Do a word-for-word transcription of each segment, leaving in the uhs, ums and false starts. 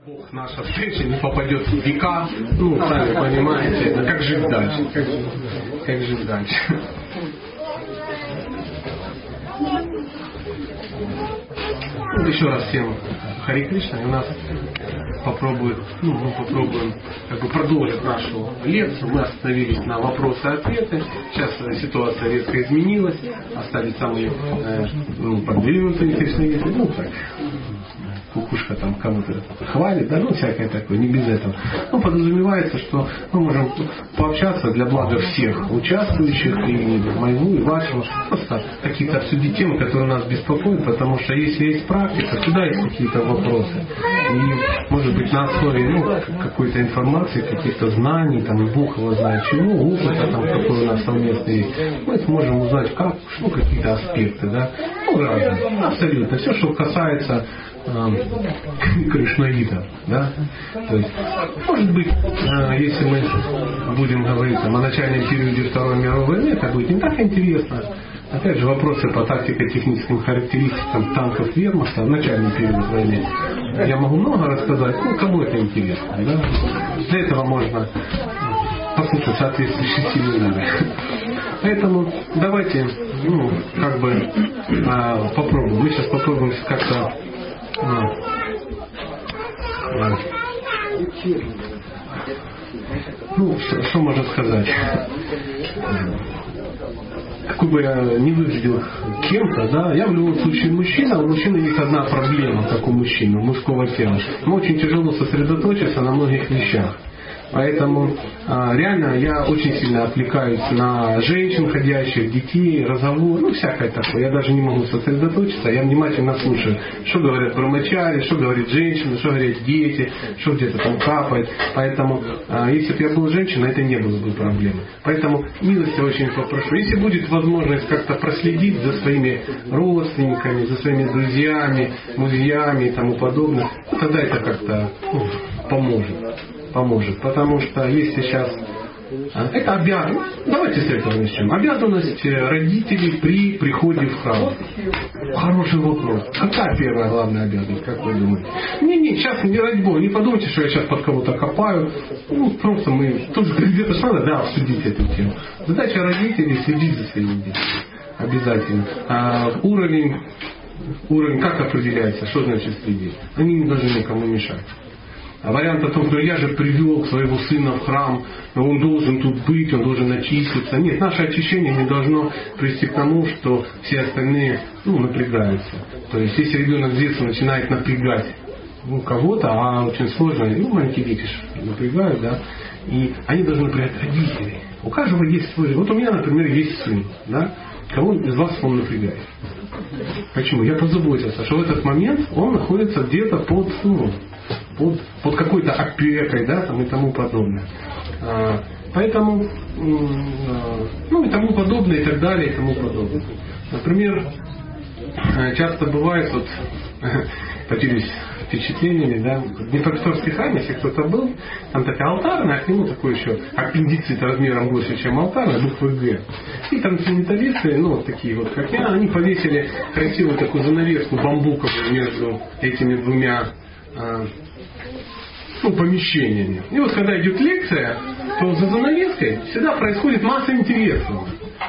Бог наша встреча не попадет в века, ну, сами понимаете, как жить дальше, как, как жить дальше. Вот еще раз всем Хари Кришна, и у нас попробует, ну, мы попробуем как бы продолжить нашу лекцию. Мы остановились на вопросы и ответы. Сейчас ситуация резко изменилась, остались самые э, ну, продвинутые кришнаиты, ну так. Кукушка там кому-то хвалит, да, ну всякое такое, не без этого. Ну, подразумевается, что мы можем пообщаться для блага всех участвующих, и моего, и вашего, просто какие-то обсудить темы, которые нас беспокоят, потому что если есть практика, всегда есть какие-то вопросы. И, может быть, на основе ну, какой-то информации, каких-то знаний, там, Бог его знает чего, опыта, там, какой у нас совместный есть, мы сможем узнать, как, ну, какие-то аспекты, да, ну, разные, абсолютно. Все, что касается кришнаитов, да, то есть, может быть, если мы будем говорить там, о начальном периоде Второй мировой войны, это будет не так интересно. Опять же, вопросы по тактико-техническим характеристикам танков вермахта в начальный период войны. Я могу много рассказать, ну, кому это интересно, да? Для этого можно послушать соответствующие семинары. Поэтому давайте, ну, как бы попробуем. Мы сейчас попробуем как-то А, а. Ну, что можно сказать? Какой бы я ни выглядел кем-то, да, я в любом случае мужчина, у мужчины есть одна проблема, как у мужчины, у мужского тела. Ему очень тяжело сосредоточиться на многих вещах. Поэтому а, реально я очень сильно отвлекаюсь на женщин, ходящих, детей, разговор, ну всякое такое. Я даже не могу сосредоточиться, я внимательно слушаю, что говорят брамачари, что говорит женщина, что говорят дети, что где-то там капает. Поэтому, а, если бы я был женщиной, это не было бы проблемы. Поэтому милости очень попрошу. Если будет возможность как-то проследить за своими родственниками, за своими друзьями, музеями и тому подобное, ну, тогда это как-то ну, поможет. поможет. Потому что если сейчас... Это обязанность. Давайте с этого начнем. Обязанность родителей при приходе в храм. Хороший вопрос. Какая первая главная обязанность, как вы думаете? Не-не, сейчас не ради Бога, не подумайте, что я сейчас под кого-то копаю. Ну, просто мы тоже где-то ж надо, да, обсудить эту тему. Задача родителей следить за своими детьми. Обязательно. А, уровень, уровень как определяется? Что значит следить? Они не должны никому мешать. А вариант о том, что я же привел своего сына в храм, он должен тут быть, он должен очиститься. Нет, наше очищение не должно привести к тому, что все остальные ну, напрягаются. То есть, если ребенок с детства начинает напрягать ну, кого-то, а очень сложно, ну, маленькие дети напрягают, да, и они должны напрягать родителей. У каждого есть свой. Вот у меня, например, есть сын, да, кого из вас он напрягает? Почему? Я позаботился, что в этот момент он находится где-то под, ну, под, под какой-то опекой, да, там, и тому подобное. А, поэтому, ну и тому подобное, и так далее, и тому подобное. Например, часто бывает, вот, поделюсь впечатлениями, да, в Днепропетровский храм, если кто-то был, там такая алтарная, а к нему такой еще аппендицит размером больше, чем алтарная, буквы Г. И трансценденталисты, ну, вот такие вот, как я, они повесили красивую такую занавеску бамбуковую между этими двумя а, ну, помещениями. И вот когда идет лекция, то за занавеской всегда происходит масса интересного.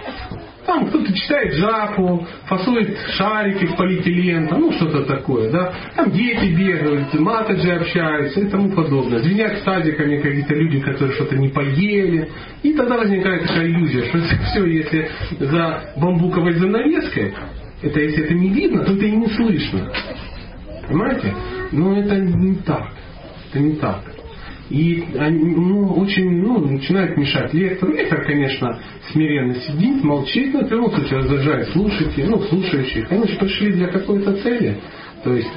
Там кто-то читает джапу, фасует шарики в полиэтилен, ну что-то такое, да. Там дети бегают, матаджи общаются и тому подобное. Звенят садиками какие-то люди, которые что-то не поели. И тогда возникает такая иллюзия, что это все, если за бамбуковой занавеской, это если это не видно, то это и не слышно. Понимаете? Но это не так. Это не так. И они ну, очень ну, начинают мешать лектору. Лектор, конечно, смиренно сидит, молчит, но в любом случае раздражает слушателей, ну, слушающих. Они же пришли для какой-то цели. То есть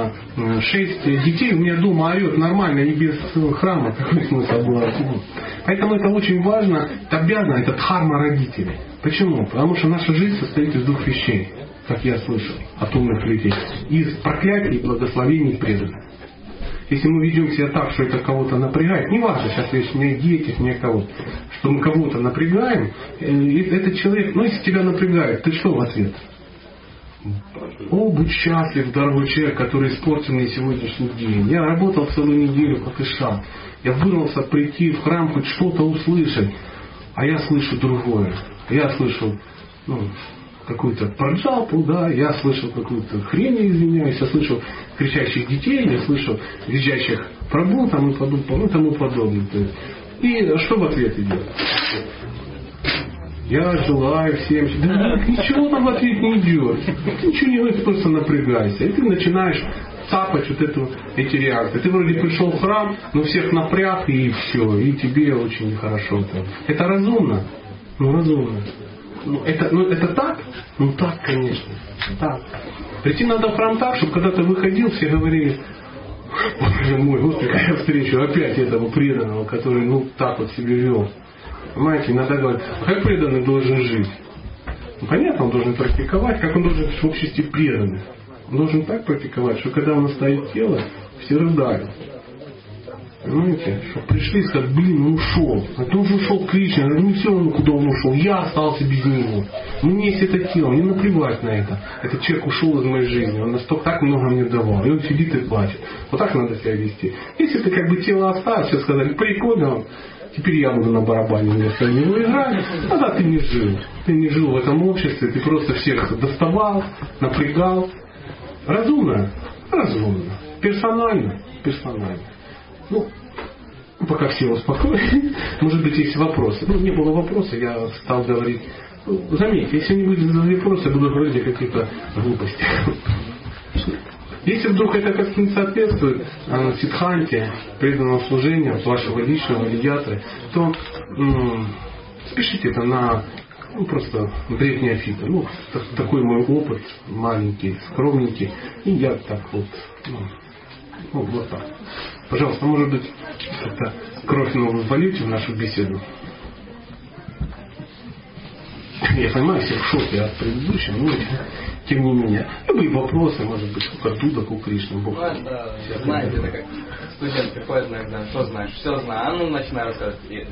шесть детей у меня дома орет нормально и без храма. Какой смысл было? Поэтому это очень важно. Это обязано, это дхарма родителей. Почему? Потому что наша жизнь состоит из двух вещей, как я слышал от умных людей. Из проклятий и благословений преданных. Если мы ведем себя так, что это кого-то напрягает, не важно, сейчас речь не о детях, не о кого-то, что мы кого-то напрягаем, этот человек, ну если тебя напрягает, ты что в ответ? О, будь счастлив, дорогой человек, который испортил мне сегодняшний день. Я работал целую неделю, как Иша. Я вырвался прийти в храм, хоть что-то услышать. А я слышу другое. Я слышу ну, какую-то проджалпу, да, я слышал какую-то хрень, извиняюсь, я слышал кричащих детей, я слышал визжащих прабу там, и тому, тому подобное. И что в ответ идет? Я желаю всем... Да ничего там в ответ не идет. Ты ничего не говоришь, просто напрягайся. И ты начинаешь цапать вот эту, эти реакции. Ты вроде пришел в храм, но всех напряг, и все. И тебе очень нехорошо. Это разумно? Ну, разумно. Ну, это, ну, это так? Ну, так, конечно. Так. Прийти надо в храм так, чтобы когда ты выходил, все говорили... Боже мой, вот я встречу опять этого преданного, который ну так вот себя вел. Понимаете, иногда говорят, как преданный должен жить? Ну, понятно, он должен практиковать, как он должен в обществе преданный. Он должен так практиковать, что когда он оставит тело, все рыдают. Понимаете, что пришли и сказали, блин, он ушел. А ты уже ушел к Кришне, не все равно, куда он ушел, я остался без него. Мне есть это тело, мне наплевать на это. Этот человек ушел из моей жизни, он настолько так много мне давал. И он сидит и плачет. Вот так надо себя вести. Если ты как бы тело оставил, все сказали, прикольно, теперь я буду на барабане вместо него играть. Тогда ты не жил. Ты не жил в этом обществе, ты просто всех доставал, напрягал. Разумно? Разумно. Персонально? Персонально. Ну, пока все успокоились, может быть, есть вопросы. Ну, не было вопроса, я стал говорить. Ну, заметьте, если не будет вопроса, я буду говорить о каких-то глупостях. Если вдруг это как-то не соответствует э, сиддханте, преданному служению от вашего личного или ятры, то м- спешите это на ну, просто бред неофита. Ну, так, такой мой опыт, маленький, скромненький. И я так вот, ну, ну вот так. Пожалуйста, может быть, как-то кровь новую вольете в нашу беседу. Я понимаю, все в шоке от предыдущего, но тем не менее. Любые вопросы, может быть, к оттуда, к Кришне, Бог. Ну, это, знаете, это как студент приходит на экзамен, что знаешь, все знаю, а ну начинаю рассказывать. И...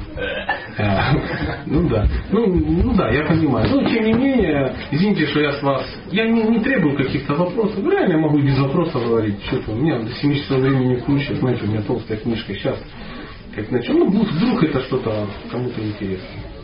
Ну да, ну, ну да, я понимаю. Но тем не менее, извините, что я с вас, я не, не требую каких-то вопросов, реально я могу без вопросов говорить. Что-то у меня до семи часов времени не включит, знаете, у меня толстая книжка сейчас. Как начал, ну вдруг это что-то кому-то интересно.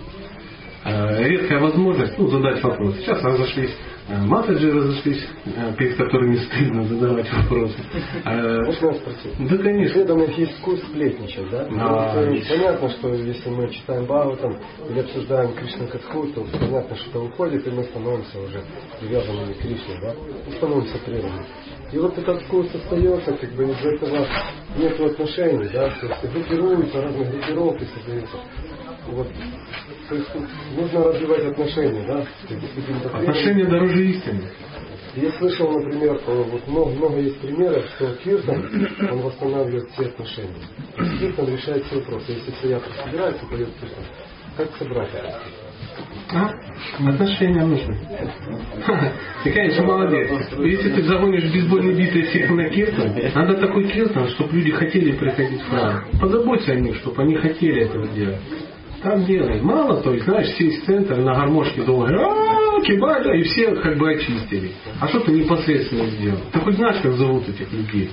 Редкая возможность ну, задать вопрос. Сейчас разошлись, матаджи разошлись, перед которыми стыдно задавать вопросы. Можно я спросить? Да, конечно. Преданных есть вкус сплетничать, да? А, ну, понятно, что если мы читаем Бхагаватам или обсуждаем Кришна Катху, то понятно, что уходит, и мы становимся уже привязанными к Кришне, да? Мы становимся преданными. И вот этот вкус остается, как бы из этого нет отношений, да? То есть группируются, разные группировки создаются. Вот. То есть нужно развивать отношения, да? Отношения дороже истины. Я слышал, например, вот много, много есть примеров, что Киртан, он восстанавливает все отношения. Киртан решает все вопросы. Если стоятель собирается, поет Киртан. Как собрать это? А? Отношения нужны. Ты, конечно, молодец. Если ты загонишь бейсбольный битый всех на Киртан, надо такой Киртан, чтобы люди хотели приходить в храм. Позаботься о них, чтобы они хотели этого делать. Так делай. Мало, то есть, знаешь, сесть в центр на гармошке долго, кибали, и все как бы очистили. А что ты непосредственно сделал? Ты хоть знаешь, как зовут этих людей?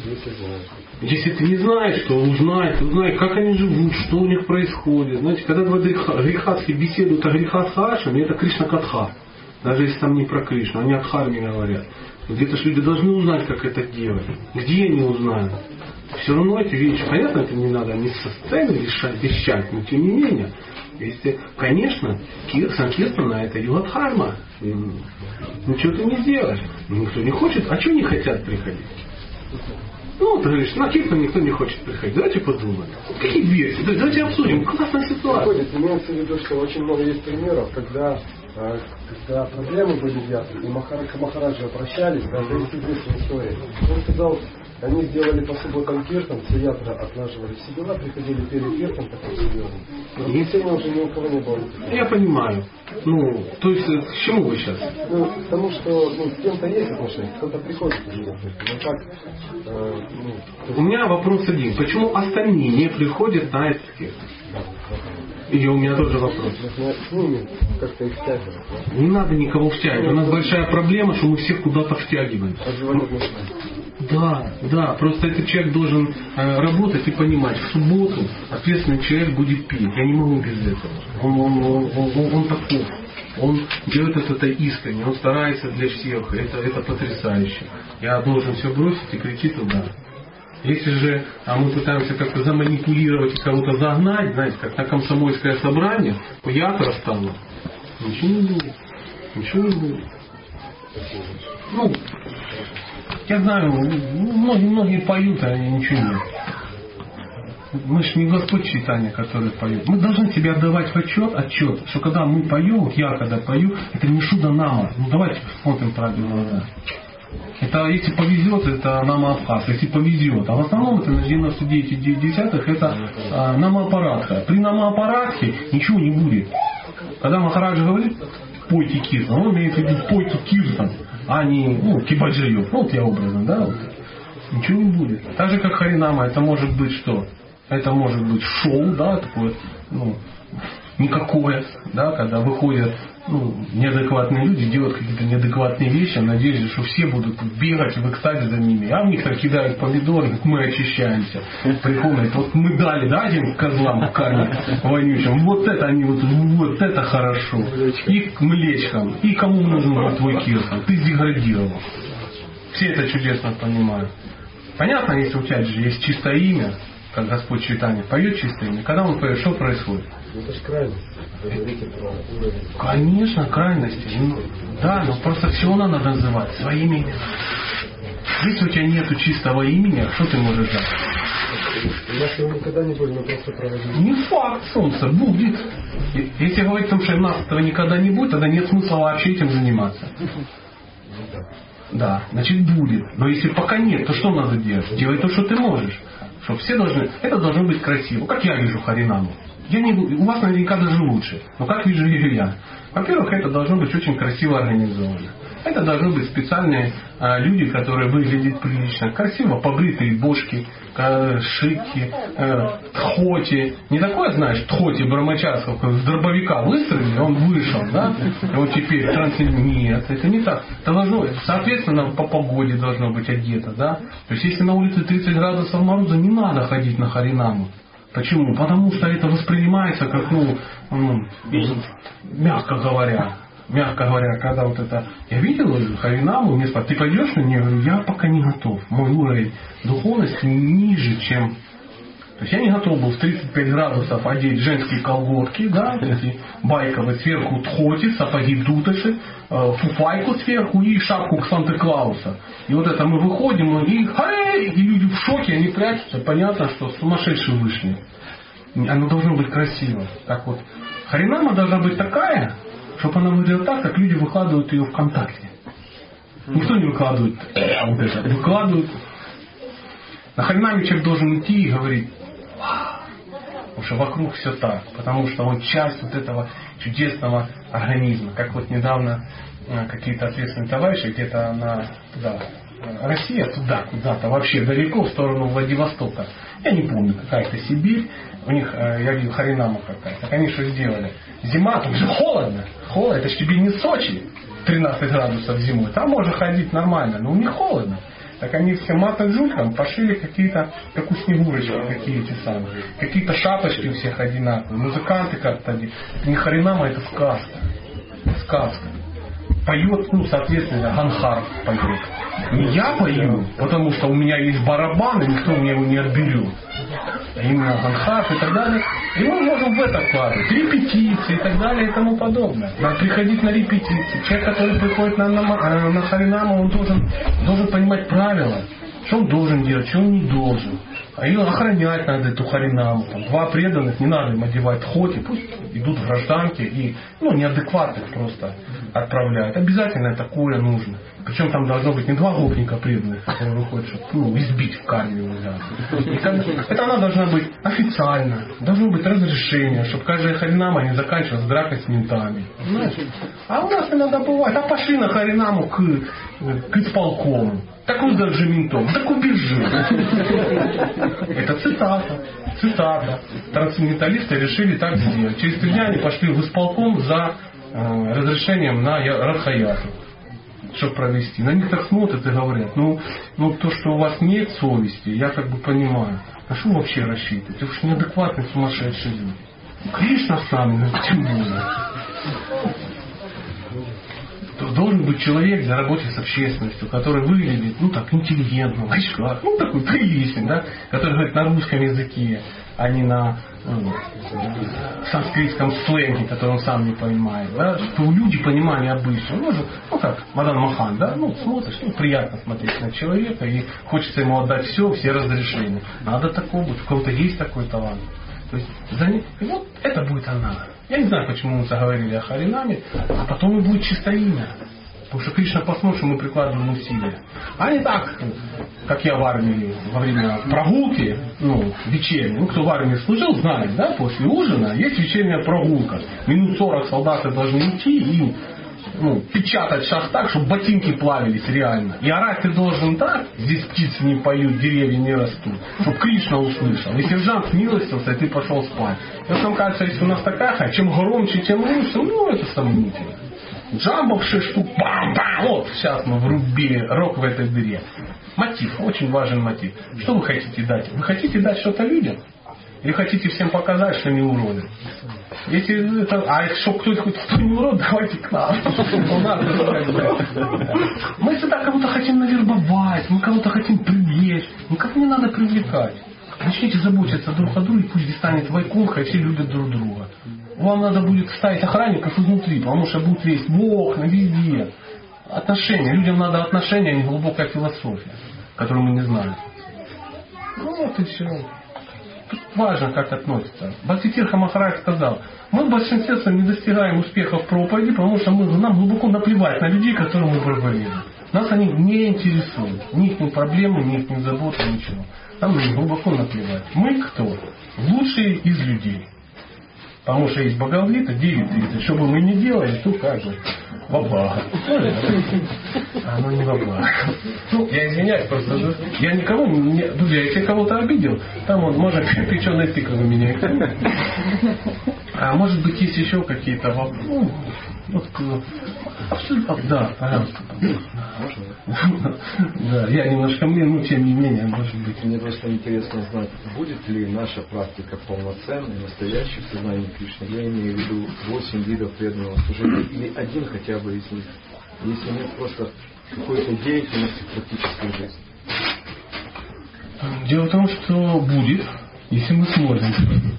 Если ты не знаешь, то узнай, ты узнай, как они живут, что у них происходит. Знаете, когда два грехастхи беседуют о грехах Хашами, это Кришна Катха. Даже если там не про Кришну, они о Дхарме говорят. Где-то же люди должны узнать, как это делать. Где они узнают? Все равно эти вещи, понятно, это не надо не со сцены решать, вещать, но тем не менее, если, конечно, Санкиртана это Югадхарма. Ничего ты не сделаешь. Никто не хочет. А что не хотят приходить? Ну, ты говоришь, на Киртан никто не хочет приходить. Давайте подумаем. Какие версии? Давайте обсудим. Классная ситуация. Имеется в виду, что очень много есть примеров, когда когда проблемы были в ясах, и Махараджа, Махараджа обращались, да, это есть известная история. Он сказал, они сделали по субботам киртан, все ятры отлаживали все дела, приходили перед киртан такой серьезный. Но воскресенья уже ни у кого не было. Я понимаю. Ну, то есть, к чему вы сейчас? Ну, к тому, что ну, с кем-то есть отношения, кто-то приходит уже. Ну, как, э, ну, у меня вопрос один. Почему остальные не приходят на этот киртан? И у меня тоже вопрос. Нужно с ними как-то их втягивать. Да? Не надо никого втягивать. У нас большая проблема, что мы всех куда-то втягиваем. Да, да. Просто этот человек должен э, работать и понимать, в субботу ответственный человек будет пить. Я не могу без этого. Он, он, он, он, он такой. Он делает это искренне, он старается для всех. Это, это потрясающе. Я должен все бросить и прийти туда. Если же а мы пытаемся как-то заманипулировать и кого-то загнать, знаете, как на комсомольское собрание, я расстану, ничего не будет. Ничего не будет. Ну, я знаю, многие-многие поют, а ничего нет. Мы же не Господь читания, который поет. Мы должны себе отдавать в отчет, отчет, что когда мы поем, вот я когда пою, это не шуда нама. Ну давайте посмотрим правильно. Это если повезет, это намоабхаз, если повезет. А в основном это на девяносто девять и девять десятых это а, намоапаратха. При намоапаратхе ничего не будет. Когда Махараджа говорит, пойте киртан, он имеет в виду пойте киртан, а не ну, кибаджиев. Ну вот я образно, да? Вот. Ничего не будет. Так же как харинама, это может быть что? Это может быть шоу, да, такое, ну, никакое, да, когда выходят ну, неадекватные люди, делают какие-то неадекватные вещи, в надежде, что все будут бегать в экстазе за ними. А в них так кидают помидоры, мы очищаемся. Приходят, вот мы дали, да, этим козлам в карме вонючим, вот это они, вот, вот это хорошо. И к млечкам, и кому нужен был твой киртан, ты деградировал. Все это чудесно понимают. Понятно, если у тебя же есть чистое имя, как Господь читание поет чистое имя, когда он поет, что происходит? Это же крайность. Вы говорите про уровень. Конечно, крайности. Ну, да, но просто всего надо называть своими именами. Если у тебя нет чистого имени, что ты можешь дать? У нас его никогда не будет, мы просто проводим. Не факт, солнце, будет. Если говорить о том, что у нас этого никогда не будет, тогда нет смысла вообще этим заниматься. Да, значит будет. Но если пока нет, то что надо делать? Делай то, что ты можешь. Что все должны, это должно быть красиво. Как я вижу харинаму. Я не, у вас наверняка даже лучше. Но как вижу ее я? Во-первых, это должно быть очень красиво организовано. Это должны быть специальные а, люди, которые выглядят прилично. Красиво побритые бошки, а, шики, а, тхоти. Не такое, знаешь, тхоти Брамачарского, с дробовика выстрелили, он вышел, да? И вот теперь трансцендент. Нет, это не так. Это должно, соответственно, по погоде должно быть одето, да? То есть, если на улице тридцать градусов мороза, не надо ходить на харинаму. Почему? Потому что это воспринимается как, ну, ну мягко говоря, мягко говоря, когда вот это... Я видел харинаму, мне спрашивают, ты пойдешь на нее? Я пока не готов. Мой уровень духовности ниже, чем... То есть я не готов был в тридцать пять градусов одеть женские колготки, да, эти байковые, сверху тхоти, сапоги дуташи, фуфайку сверху и шапку к Санта-Клауса. И вот это мы выходим, и хай, и люди в шоке, они прячутся. Понятно, что сумасшедшие вышли. Оно должно быть красиво. Так вот, харинама должна быть такая, чтобы она выглядела так, как люди выкладывают ее ВКонтакте. Никто не выкладывает вот это. Выкладывают. На харинаме человек должен идти и говорить, потому что вокруг все так, потому что он часть вот этого чудесного организма. Как вот недавно какие-то ответственные товарищи где-то на туда, Россия туда, куда-то вообще далеко в сторону Владивостока. Я не помню, какая-то Сибирь. У них, я видел, харинама какая-то. Так они что сделали? Зима, там же холодно. Холодно, это ж тебе не Сочи, тринадцать градусов зимой. Там можно ходить нормально, но у них холодно. Так они все матаджулькам пошили какие-то, как у Снегурочки, какие эти самые. Какие-то шапочки у всех одинаковые. Музыканты как-то. Не харинама, это сказка. Сказка. Поет, ну, соответственно, Ганхар поет. Не я пою, потому что у меня есть барабан, и никто мне его не отберет. А именно Ганхар и так далее. И мы можем в это вкладывать. Репетиции и так далее и тому подобное. Надо приходить на репетиции. Человек, который приходит на, на, на харинаму, он должен, должен понимать правила. Что он должен делать, что он не должен. А ее охранять надо, эту харинаму. Там, два преданных, не надо им одевать хоти, пусть идут в гражданке и ну, неадекватных просто отправляют. Обязательно такое нужно. Причем там должно быть не два гопника преданных, которые выходят, чтобы ну, избить в камень его. Это она должна быть официально. Должно быть разрешение, чтобы каждая харинама не заканчивалась дракой с ментами. Знаешь? А у нас иногда бывает, а пошли на харинаму к, к исполкому. Так удар же ментом, так убежи. Это цитата. цитата, трансценденталисты решили так сделать. Через три дня они пошли в исполком за э, разрешением на Радха-яту, чтобы провести. На них так смотрят и говорят, ну, ну то, что у вас нет совести, я как бы понимаю. А что вы вообще рассчитываете? Вы же неадекватные, сумасшедшие люди. Кришна сам, ну, тем более. Должен быть человек для работы с общественностью, который выглядит, ну так, интеллигентно, в очках, ну такой приличный, да, который говорит на русском языке, а не на ну, санскритском сленге, который он сам не понимает, да, что люди понимали обычно. Ну, же, ну как, Мадан Мохан, да, ну смотришь, ну приятно смотреть на человека и хочется ему отдать все, все разрешения. Надо такого быть, у кого-то есть такой талант. То есть, за ним, и вот это будет она. Я не знаю, почему мы заговорили о Харинаме, а потом и будет чисто имя. Потому что Кришна посмотрит, что мы прикладываем усилия. А не так, как я в армии во время прогулки, ну, вечерней. Ну, кто в армии служил, знает, да, после ужина есть вечерняя прогулка. Минут сорок солдаты должны идти и ну, печатать шаг так, чтобы ботинки плавились реально. И орать ты должен так, здесь птицы не поют, деревья не растут, чтобы Кришна услышал. И сержант смилостился, и ты пошел спать. И вот нам кажется, если у нас такая, чем громче, тем лучше, ну это сомнительно. Джамбов шесть штук, бам-бам, вот сейчас мы врубили рок в этой дыре. Мотив, очень важен мотив. Что вы хотите дать? Вы хотите дать что-то людям? Или хотите всем показать, что не уроды? Если это, а чтобы кто-то хоть кто не урод, давайте к нам. Мы всегда кого-то хотим навербовать, мы кого-то хотим привлечь. Никого не надо привлекать. Начните заботиться друг о друге, пусть станет вайкунха, и все любят друг друга. Вам надо будет ставить охранников изнутри, потому что будет весь Бог на везде. Отношения. Людям надо отношения, а не глубокая философия, которую мы не знаем. Ну вот и все. Тут важно, как относится. Бхактитирха Махарадж сказал, мы в большинстве не достигаем успехов в проповеди, потому что мы, нам глубоко наплевать на людей, которым мы проповедуем. Нас они не интересуют. Ни их проблемы, ни их заботы, ничего. Нам глубоко наплевать. Мы кто? Лучшие из людей. Потому что есть Бхагавад-гита девять тридцать. Что бы мы ни делали, то как бы во благо. А оно не во благо. Ну, я извиняюсь, просто я никого не... Друзья, если кого-то обидел, там он может печеной тыквой меня. А может быть, есть еще какие-то вопросы. Ну, вот, абсолютно, да, пожалуйста. Да, я немножко мне, но тем не менее, может быть. Мне просто интересно знать, будет ли наша практика полноценной, настоящей в сознании Кришны. Я имею в виду восемь видов преданного служения или один хотя бы из них. Если нет просто какой-то деятельности в практической жизни. Дело в том, что будет, если мы сможем.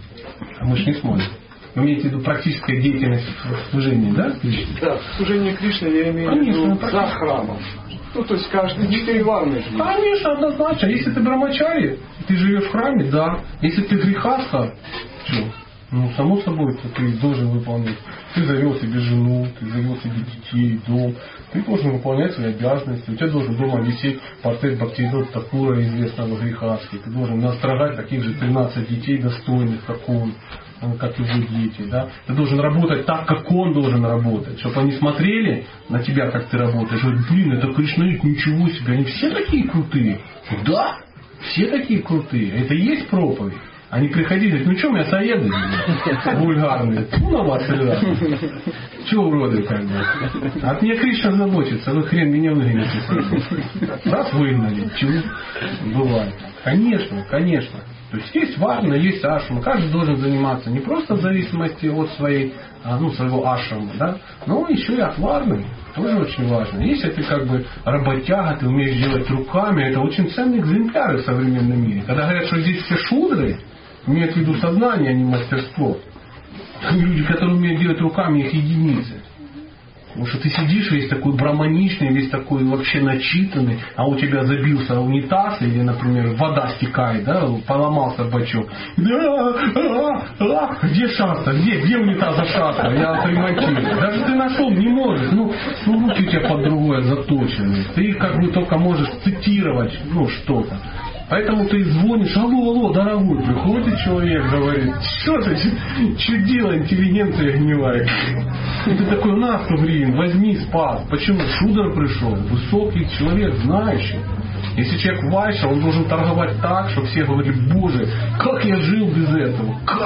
А мы же не сможем. Вы имеете в виду практическая деятельность в служении, да? Да, в служении Кришны я имею в виду за храмом. Ну, то есть каждый четыре варны. Конечно, однозначно. Если ты брамачари, ты живешь в храме, да. Если ты грехастха, что? Ну, само собой, ты должен выполнять. Ты завел себе жену, ты завел себе детей, дом. Ты должен выполнять свои обязанности. У тебя должен дома висеть портрет Бхактивинода Такура, известного грехастхи. Ты должен настрогать таких же тринадцать детей достойных, как он, как его дети. Да? Ты должен работать так, как он должен работать. Чтобы они смотрели на тебя, как ты работаешь. Говорят, блин, это Кришнаит, ничего себе. Они все такие крутые. Да, все такие крутые. Это и есть проповедь. Они приходили, говорят, ну что, мясоеды вульгарные, ну на вас сюда. Чего уроды как бы? От меня Кришна заботится, вы хрен меня выгоните. Раз выгнали, чего? Бывает. Конечно, конечно. То есть есть варна, есть ашрама. Каждый должен заниматься не просто в зависимости от своей, ну, своего ашрама, да, но еще и от варны. Тоже очень важно. Если ты как бы работяга, ты умеешь делать руками, это очень ценные экземпляры в современном мире. Когда говорят, что здесь все шудры, имеют в виду сознание, а не мастерство. Люди, которые умеют делать руками, их единицы. Потому что ты сидишь весь такой браманичный, весь такой вообще начитанный, а у тебя забился унитаз, или, например, вода стекает, да, поломался бачок. Да, а, а, где шаста? Где? Где унитаз шаста? Я отремонтирую. Даже ты нашел не можешь. Ну, ну руки у тебя под другое заточены. Ты как бы только можешь цитировать, ну, что-то. Поэтому ты звонишь, алло, алло, дорогой, приходит человек, говорит, что ты, чудила, интеллигенция гнилая. И ты такой, на сто гривен, возьми, спас. Почему? Шудр пришел, высокий человек, знающий. Если человек вайша, он должен торговать так, чтобы все говорили, боже, как я жил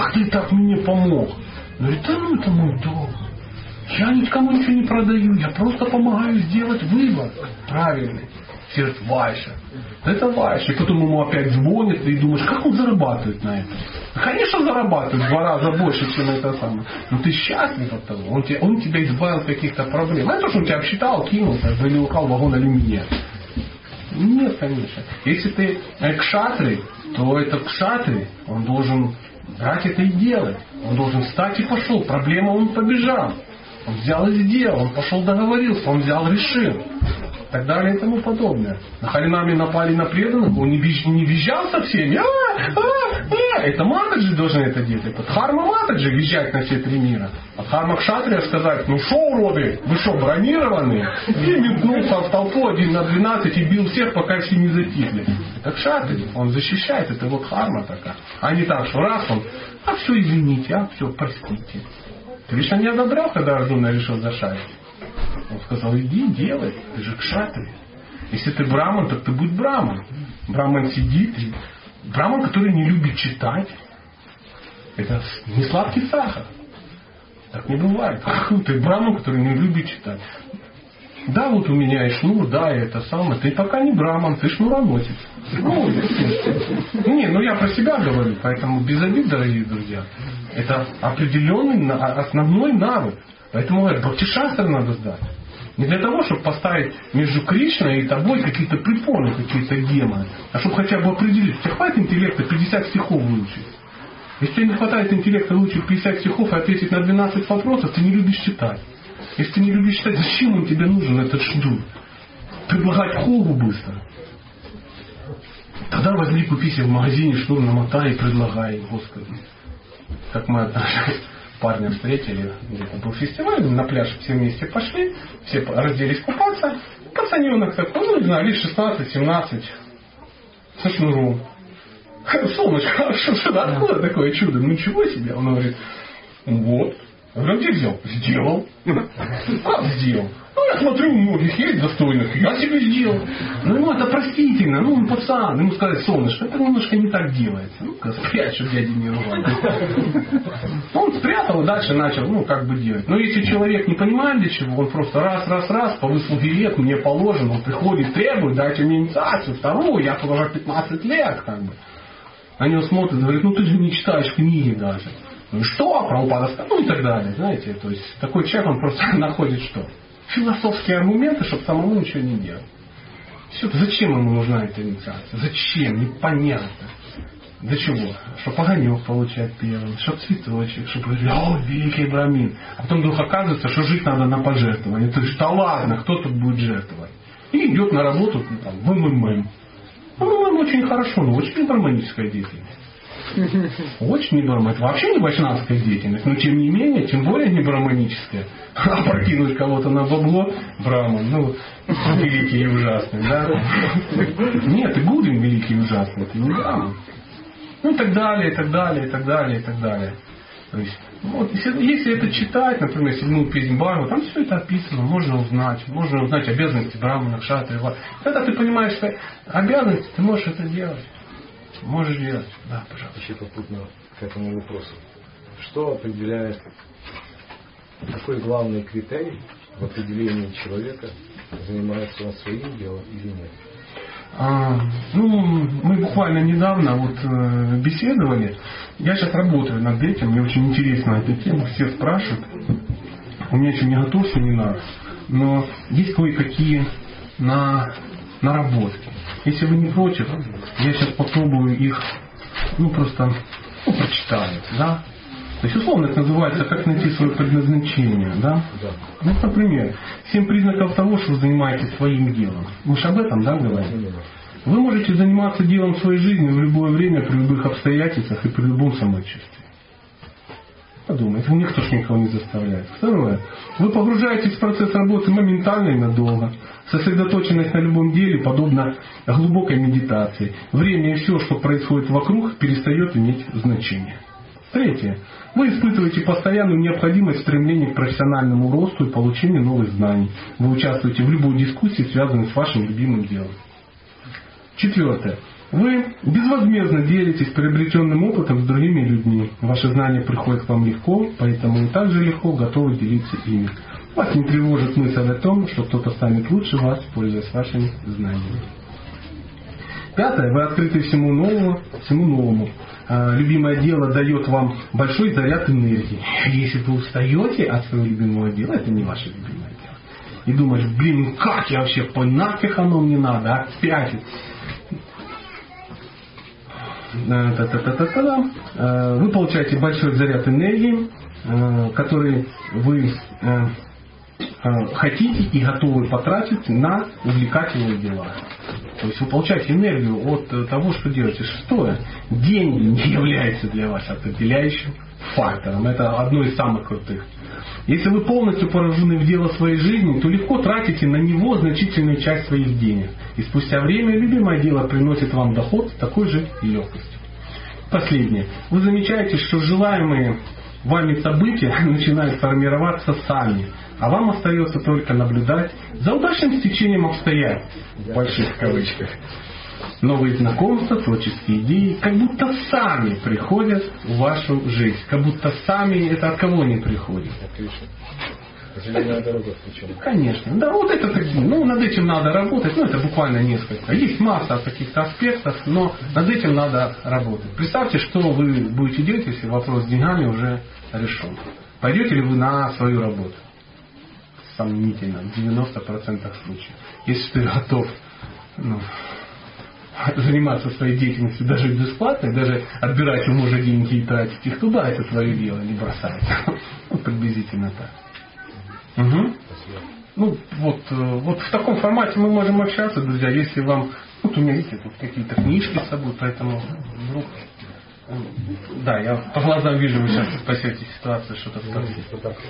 как ты так мне помог? Он говорит, да ну это мой долг. Я никому ничего не продаю, я просто помогаю сделать выбор правильный. Все говорят, Вайша, это Вайша. И потом ему опять звонят, и думаешь, как он зарабатывает на этом? Конечно, зарабатывает в два раза больше, чем это самое. Но ты счастлив от того. Он тебя, он тебя избавил от каких-то проблем. Это что он тебя обсчитал, кинул, или укал вагон алюминия. Нет, конечно. Если ты кшатри, то этот кшатри, он должен брать это и делать. Он должен встать и пошел. Проблема, он побежал. Он взял и сделал. Он пошел договорился. Он взял, решил. И так далее и тому подобное. На Харинаме напали на преданных. Он не, визж, не визжал со всеми. А, а, а. Это матаджи должны это делать. Это дхарма матаджи визжать на все три мира. А дхарма кшатрия сказать, ну шо, уроды, вы что, бронированные? И метнулся в толпу один на двенадцать и бил всех, пока все не затихли. Это кшатрия. Он защищает. Это вот дхарма такая. А не так, что раз он, а все, извините, а все, простите. Ты Кришна не одобрял, когда Арджуна решил зашарить. Он сказал, иди, делай, ты же кшатри. Если ты браман, так ты будь браман. Браман сидит, и браман, который не любит читать, это не сладкий сахар. Так не бывает. Ты браман, который не любит читать. Да, вот у меня и шнур, да, и это самое. Ты пока не браман, ты шнуроносец. Ну, не, ну я про себя говорю, поэтому без обид, дорогие друзья. Это определенный основной навык. Поэтому говорят, бхакти-шастры надо сдать. Не для того, чтобы поставить между Кришной и тобой какие-то препоны, какие-то демоны, а чтобы хотя бы определить, тебе хватит интеллекта пятьдесят стихов выучить. Если тебе не хватает интеллекта выучить пятьдесят стихов и ответить на двенадцать вопросов, ты не любишь читать. Если ты не любишь читать, зачем он тебе нужен, этот шнур? Предлагать хогу быстро. Тогда возьми, купи себе в магазине шнур, намотай и предлагай, Господи. Как мы однажды парня встретили, где-то был фестиваль, на пляж все вместе пошли, все разделись купаться. Пацаненок такой, ну не знаю, лет шестнадцать-семнадцать, со шнуром. Солнышко, что, откуда такое чудо? Ну чего себе? Он говорит, вот. Я говорю, где взял? Сделал. Как сделал? Ну, я смотрю, у многих есть достойных. Я себе сделал. Ну, ему это простительно. Ну, он пацан. Ему сказать, солнышко, это немножко не так делается. Ну-ка, спрячь, чтобы дяди не ругали. Он спрятал и дальше начал, ну, как бы делать. Но если человек не понимает для чего, он просто раз, раз, раз, по выслуге лет мне положено, он приходит, требует, дайте мне инициацию, вторую, я уже пятнадцать лет, как бы. На него смотрят, говорят, ну, ты же не читаешь книги даже. Ну что, Прабхупада сказал, ну и так далее, знаете, то есть такой человек, он просто находит что? Философские аргументы, чтобы самому ничего не делать. Все, зачем ему нужна эта инициация? Зачем? Непонятно. Для чего? Чтобы огонек получать первым, чтобы цветочек, чтобы говорили, о, великий брамин. А потом вдруг оказывается, что жить надо на пожертвование. Ты говоришь, да ладно, кто тут будет жертвовать? И идет на работу ну, там, в МММ. Ну, МММ очень хорошо, но очень гармоническая деятельность. Очень не браманическая. Это вообще не вайшнавская деятельность, но тем не менее, тем более не браманическая. А прокинуть кого-то на бабло браман, ну, великий и ужасный, да? Нет, ты Гудин великий и ужасный, это не браман. Ну и так далее, и так далее, и так далее, и так далее. То есть, вот, если, если это читать, например, седьмую песнь Бхагавата, там все это описано, можно узнать, можно узнать обязанности брамана, кшатри, вайшнава. Когда ты понимаешь, что обязанности, ты можешь это делать. Можешь делать. Да, пожалуйста. Еще попутно к этому вопросу. Что определяет, какой главный критерий в определении человека, занимается он своим делом или нет? А, ну, мы буквально недавно вот э, беседовали. Я сейчас работаю над этим, мне очень интересна эта тема, все спрашивают. У меня еще не готов семинар, но есть кое-какие на, наработки. Если вы не против, я сейчас попробую их, ну, просто ну, прочитаю, да? То есть, условно, это называется, как найти свое предназначение, да? Да. Ну, например, семь признаков того, что вы занимаетесь своим делом. Мы же об этом, да, говорим? Вы можете заниматься делом своей жизни в любое время, при любых обстоятельствах и при любом самочувствии. Подумайте, никто ж никого не заставляет. Второе. Вы погружаетесь в процесс работы моментально и надолго. Сосредоточенность на любом деле подобна глубокой медитации. Время и все, что происходит вокруг, перестает иметь значение. Третье. Вы испытываете постоянную необходимость стремления к профессиональному росту и получению новых знаний. Вы участвуете в любой дискуссии, связанной с вашим любимым делом. Четвертое. Вы безвозмездно делитесь приобретенным опытом с другими людьми. Ваши знания приходят к вам легко, поэтому вы также легко готовы делиться ими. Вас не тревожит мысль о том, что кто-то станет лучше вас, пользуясь вашими знаниями. Пятое. Вы открыты всему новому. Всему новому. Любимое дело дает вам большой заряд энергии. Если вы устаете от своего любимого дела, это не ваше любимое дело. И думаешь, блин, как я вообще, нафиг оно мне надо, опять. Вы получаете большой заряд энергии, который вы хотите и готовы потратить на увлекательные дела. То есть вы получаете энергию от того, что делаете. Шестое. Деньги не являются для вас определяющим фактором. Это одно из самых крутых. Если вы полностью погружены в дело своей жизни, то легко тратите на него значительную часть своих денег. И спустя время любимое дело приносит вам доход с такой же легкостью. Последнее. Вы замечаете, что желаемые вами события начинают формироваться сами, а вам остается только наблюдать за удачным стечением обстоятельств, в больших кавычках. Новые знакомства, творческие идеи, как будто сами приходят в вашу жизнь. Как будто сами, это от кого они приходят? Отлично. Зеленая дорога включена. Конечно. Да, вот это такие. Ну, над этим надо работать. Ну, это буквально несколько. Есть масса каких-то аспектов, но над этим надо работать. Представьте, что вы будете делать, если вопрос с деньгами уже решен. Пойдете ли вы на свою работу? Сомнительно. В девяноста процентах случаев. Если ты готов, ну, заниматься своей деятельностью даже бесплатно, даже отбирать у мужа деньги и тратить их туда, это твое дело, не бросать. Ну, приблизительно так. Угу. Ну, вот, вот в таком формате мы можем общаться, друзья. Если вам... Вот у меня, видите, тут какие-то книжки с собой, поэтому... Ну, да, я по глазам вижу, вы сейчас спасете ситуацию, что-то спросите.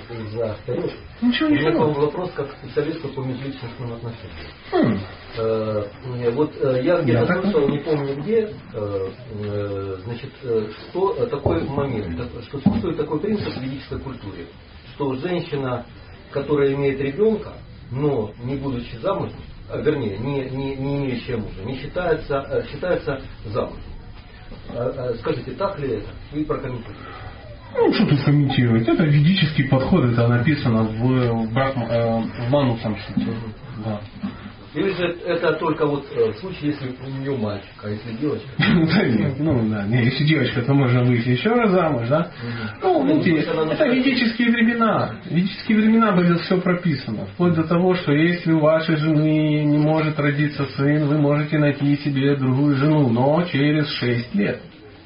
Ничего, ничего. У меня был вопрос как специалисту по межличностным отношениям. Хм. Э, вот э, я где-то я слышал, так... не помню где, э, э, значит, э, что э, такой момент, что существует такой принцип в ведической культуре, что женщина, которая имеет ребенка, но не будучи замужем, а, вернее, не, не, не имеющая мужа, не считается, э, считается замужем. Скажите, так ли это? Вы прокомментируете. Ну, что тут комментировать? Это ведический подход, это написано в, в, брак, э, в Ману Самхите. Да. Или же это только вот в случае, если у нее мальчик, а если девочка? Да нет, ну да, если девочка, то можно выйти еще раз замуж, да? Ну, видите, это ведические времена. В ведические времена было все прописано. Вплоть до того, что если у вашей жены не может родиться сын, вы можете найти себе другую жену, но через шесть лет.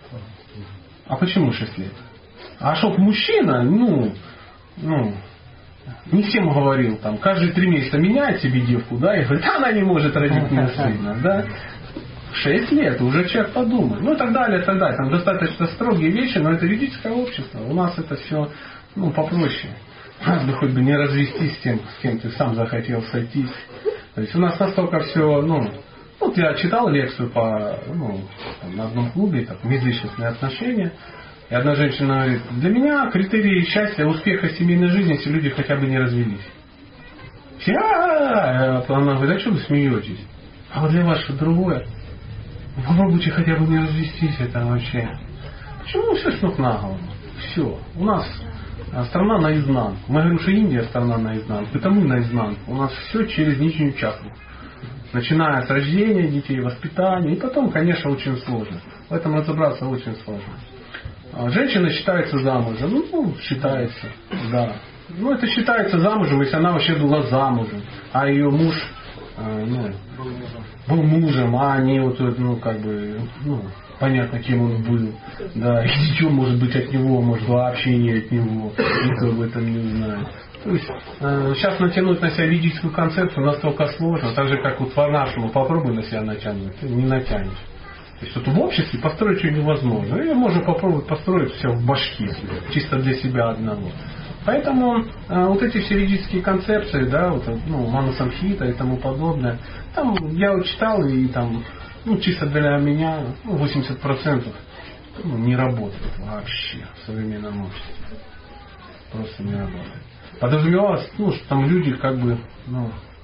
А почему шесть лет? А чтоб мужчина, ну, ну, не всем говорил, там, каждые три месяца меняет себе девку, да, и говорит, она не может родить мне сына, да. Шесть лет, уже человек подумает. Ну и так далее, и так далее. Там достаточно строгие вещи, но это ведическое общество. У нас это все, ну, попроще. Надо хоть бы не развестись с тем, с кем ты сам захотел сойтись. То есть у нас настолько все, ну, вот я читал лекцию по, ну, там, на одном клубе, так, межличностные отношения. И одна женщина говорит, для меня критерии счастья, успеха семейной жизни, если люди хотя бы не развелись. Все, а она говорит, а что вы смеетесь? А вот для вас что другое? Попробуйте хотя бы не развестись, это вообще. Почему все с ног на голову? Все. У нас страна наизнанку. Мы говорим, что Индия страна наизнанку. Это мы наизнанку. У нас все через нижнюю чакру. Начиная с рождения детей, воспитания. И потом, конечно, очень сложно. В этом разобраться очень сложно. Женщина считается замужем. Ну, считается, да. Ну, это считается замужем, если она вообще была замужем. А ее муж, ну, был мужем, а не вот, ну, как бы, ну, понятно, кем он был. Да, и ничего может быть от него, может вообще не от него. Никто об этом не знает. То есть, э, сейчас натянуть на себя ведическую концепцию настолько сложно, так же, как вот по-нашему попробуй на себя натянуть, ты не натянешь. То есть, вот в обществе построить что невозможно. И можно попробовать построить все в башке, чисто для себя одного. Поэтому э, вот эти все ведические концепции, да, вот, ну, Мана Самхита и тому подобное, там я вот читал, и там, ну, чисто для меня, ну, восемьдесят процентов ну, не работает вообще в современном обществе. Просто не работает. Подразумевалось, ну, что там люди как бы, ну,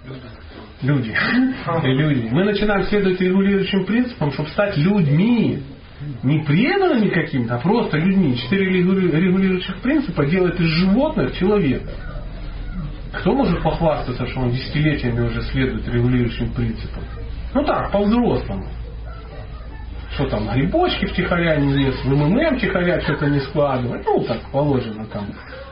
Люди. Люди. Мы начинаем следовать регулирующим принципам, чтобы стать людьми. Не преданными каким-то, а просто людьми. Четыре регулирующих принципа делают из животных человека. Кто может похвастаться, что он десятилетиями уже следует регулирующим принципам? Ну так, по-взрослому. Что там, грибочки втихаря не ест, в МММ втихаря что-то не складывает. Ну, так положено там.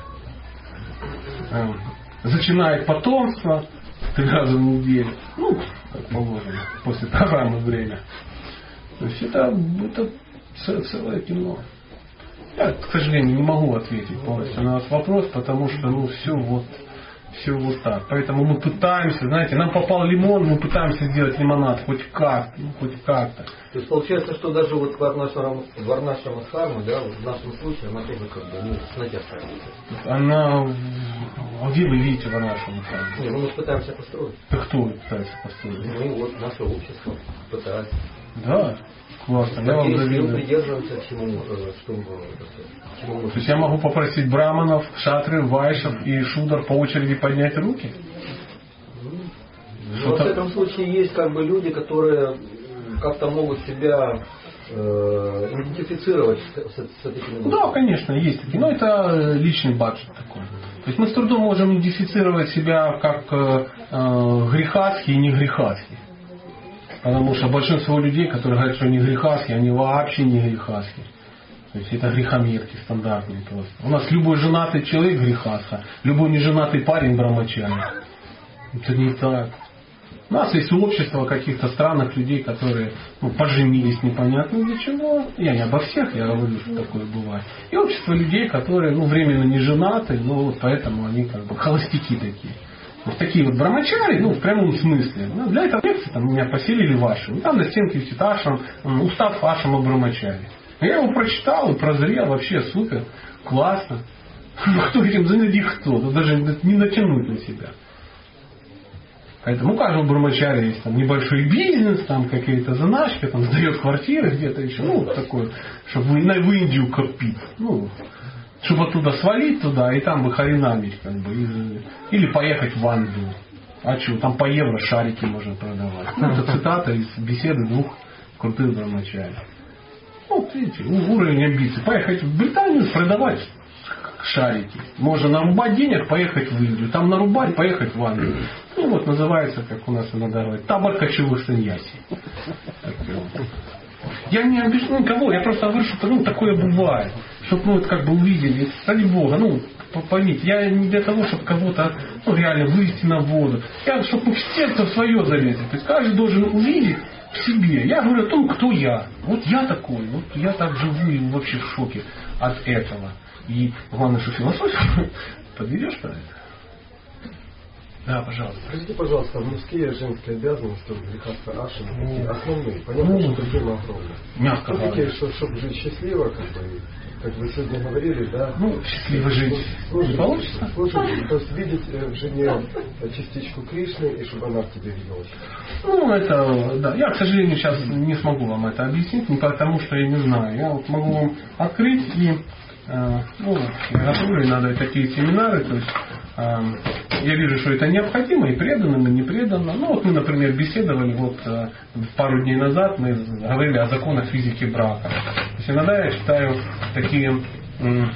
Э, зачинает потомство три раза в неделю. Ну, как положено, после программы «Время». То есть это, это целое кино. Я, к сожалению, не могу ответить полностью на ваш вопрос, потому что ну все вот, все вот так. Поэтому мы пытаемся, знаете, нам попал лимон, мы пытаемся сделать лимонад хоть как, ну, хоть как-то. То есть получается, что даже вот Варнашрама Дхарма, да, в нашем случае, она тоже как бы ну, с натяжкой. Она... А где вы видите Варнашрама Дхарму? Не, ну мы пытаемся построить. Да кто пытается построить? Мы вот наше общество пытается. Да, классно. Я вам завидую. Придерживаемся, к чему, что, к чему мы... То есть я могу попросить браманов, шатры, вайшев и шудар по очереди поднять руки? Ну, во всяком случае есть как бы люди, которые как-то могут себя э, идентифицировать с, с, с этими людьми. Да, конечно, есть такие. Но это личный баджет такой. То есть мы с трудом можем идентифицировать себя как э, э, грехастхи и не грехастхи. Потому что большинство людей, которые говорят, что они грехастхи, они вообще не грехастхи. То есть это грехомерки стандартные просто. У нас любой женатый человек грехастха, любой неженатый парень брамачари. Это не так. У нас есть общество каких-то странных людей, которые ну, поженились непонятно для чего. Я не обо всех, я говорю, что такое бывает. И общество людей, которые ну, временно не женаты, ну вот поэтому они как бы холостяки такие. Вот такие вот брамачари, ну в прямом смысле. Ну, для этого лекции там меня поселили в ашрам. Там на стенке висит ашрам, устав ашрама брамачари. Я его прочитал и прозрел, вообще супер, классно. Кто этим занятий кто? Тут даже не натянуть на себя. Поэтому у каждого брамачаря есть там небольшой бизнес, там какие-то заначки, там сдает квартиры где-то еще, ну такое, чтобы в Индию копить. Ну, чтобы оттуда свалить туда и там бы харинамить, как бы, или поехать в Англию. А что, там по евро шарики можно продавать. Ну, это цитата из беседы двух крутых брамачарей. Вот видите, уровень амбиций. Поехать в Британию, продавать шарики. Можно нарубать денег, поехать в Индию. Там нарубать, поехать в Англию. Ну вот называется, как у нас иногда говорят, табор кочевых саньяси. Я не обижу никого, я просто говорю, что ну, такое бывает. Чтобы ну, вот, как бы увидели, ради Бога, ну, поймите, я не для того, чтобы кого-то ну, реально вывести на воду. Я, чтобы в сердце свое залезть. То есть каждый должен увидеть в себе. Я говорю о том, кто я. Вот я такой, вот я так живу и вообще в шоке от этого. И главное, что философию подведешь про это. Да, пожалуйста. Скажите, пожалуйста, мужские и женские обязанности в грехастха ашрама какие основные? Понятно, что это тема огромная. Мягко говоря. Чтобы жить счастливо, как бы, как вы сегодня говорили, да? Ну, счастливо жить слушай, не получится. Слушай, то есть видеть в жене частичку Кришны, и чтобы она в тебе видела. Ну, это, да. Я, к сожалению, сейчас не смогу вам это объяснить, не потому что я не знаю. Я вот могу вам открыть и, э, ну, я готовлю, и надо такие семинары, то есть э, я вижу, что это необходимо, и преданным, и не преданным. Ну, вот мы, например, беседовали вот э, пару дней назад, мы говорили о законах физики брака. То есть иногда я читаю такие э,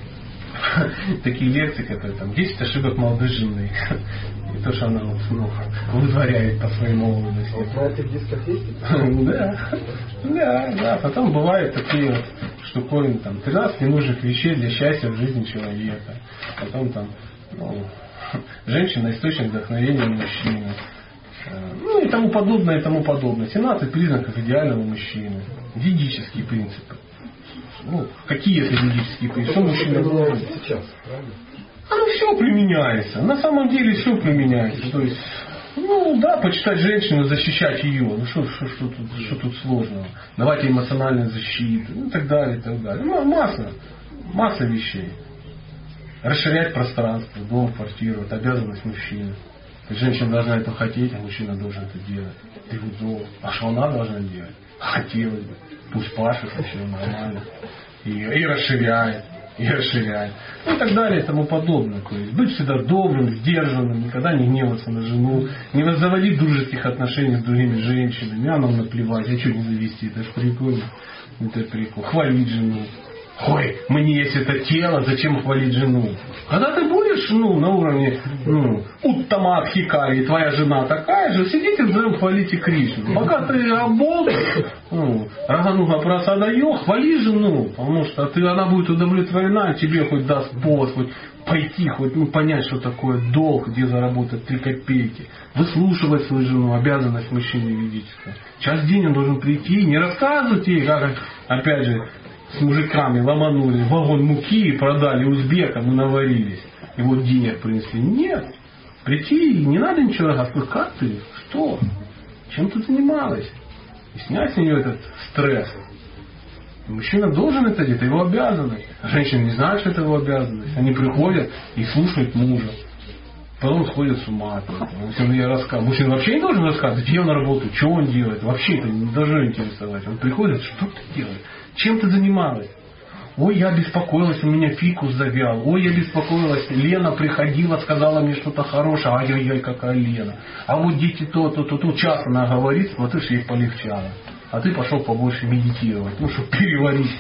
такие лекции, которые там десять ошибок молодой жены. И то, что она вот, ну, вытворяет по своей молодости. Вот на этих дисках есть? Да, да, да. Потом бывают такие вот штуковины, там, тринадцать ненужных вещей для счастья в жизни человека. Потом там, ну, женщина источник вдохновения мужчины. Ну и тому подобное, и тому подобное. семнадцать признаков идеального мужчины. Ведические принципы. Ну, какие это ведические принципы? Что мужчина должен? Сейчас, правильно? Оно все применяется. На самом деле все применяется. То есть, ну да, почитать женщину, защищать ее. Ну что, что, что, тут, что тут сложного? Давать ей эмоциональную защиту. Ну и так далее, и так далее. Ну, масса, масса вещей. Расширять пространство, дом, квартиру. Это обязанность мужчины. То есть женщина должна это хотеть, а мужчина должен это делать. Ты вот, а что она должна делать? Хотелось бы. Пусть пашет, все нормально. И, и расширяет. и расширяй. И так далее и тому подобное. То есть быть всегда добрым, сдержанным, никогда не гневаться на жену, не заводить дружеских отношений с другими женщинами, а нам наплевать, а что не завести, это же прикольно. Это прикольно. Хвалить жену. Ой, мне есть это тело, зачем хвалить жену? Когда ты будешь ну, на уровне ну, Уттама Адхикари, и твоя жена такая же, сидите вдвоем, хвалите Кришну. Пока ты обол, ну, Рагануга Прасада Йо, хвали жену, потому что ты, она будет удовлетворена, тебе хоть даст повод хоть пойти, хоть ну, понять, что такое долг, где заработать три копейки. Выслушивать свою жену, обязанность мужчины юридическая. Час в день он должен прийти, не рассказывать ей, как, опять же, с мужиками ломанули вагон муки и продали узбекам и наварились. И вот денег принесли. Нет. Прийти и не надо ничего рассказывать. Как ты? Что? Чем ты занималась? И снять с нее этот стресс. И мужчина должен это делать. Это его обязанность. А женщины не знают, что это его обязанность. Они приходят и слушают мужа. Потом сходят с ума. Если он ей рассказывает. Мужчина вообще не должен рассказывать, где он работает, что он делает. Вообще это не должно интересовать. Он приходит, что ты делаешь? Чем ты занималась? Ой, я беспокоилась, у меня фикус завял. Ой, я беспокоилась, Лена приходила, сказала мне что-то хорошее. Ай-яй-яй, какая Лена. А вот дети то-то, то-то. Часто она говорит, смотришь, ей полегчало. А ты пошел побольше медитировать, ну, чтобы переварить.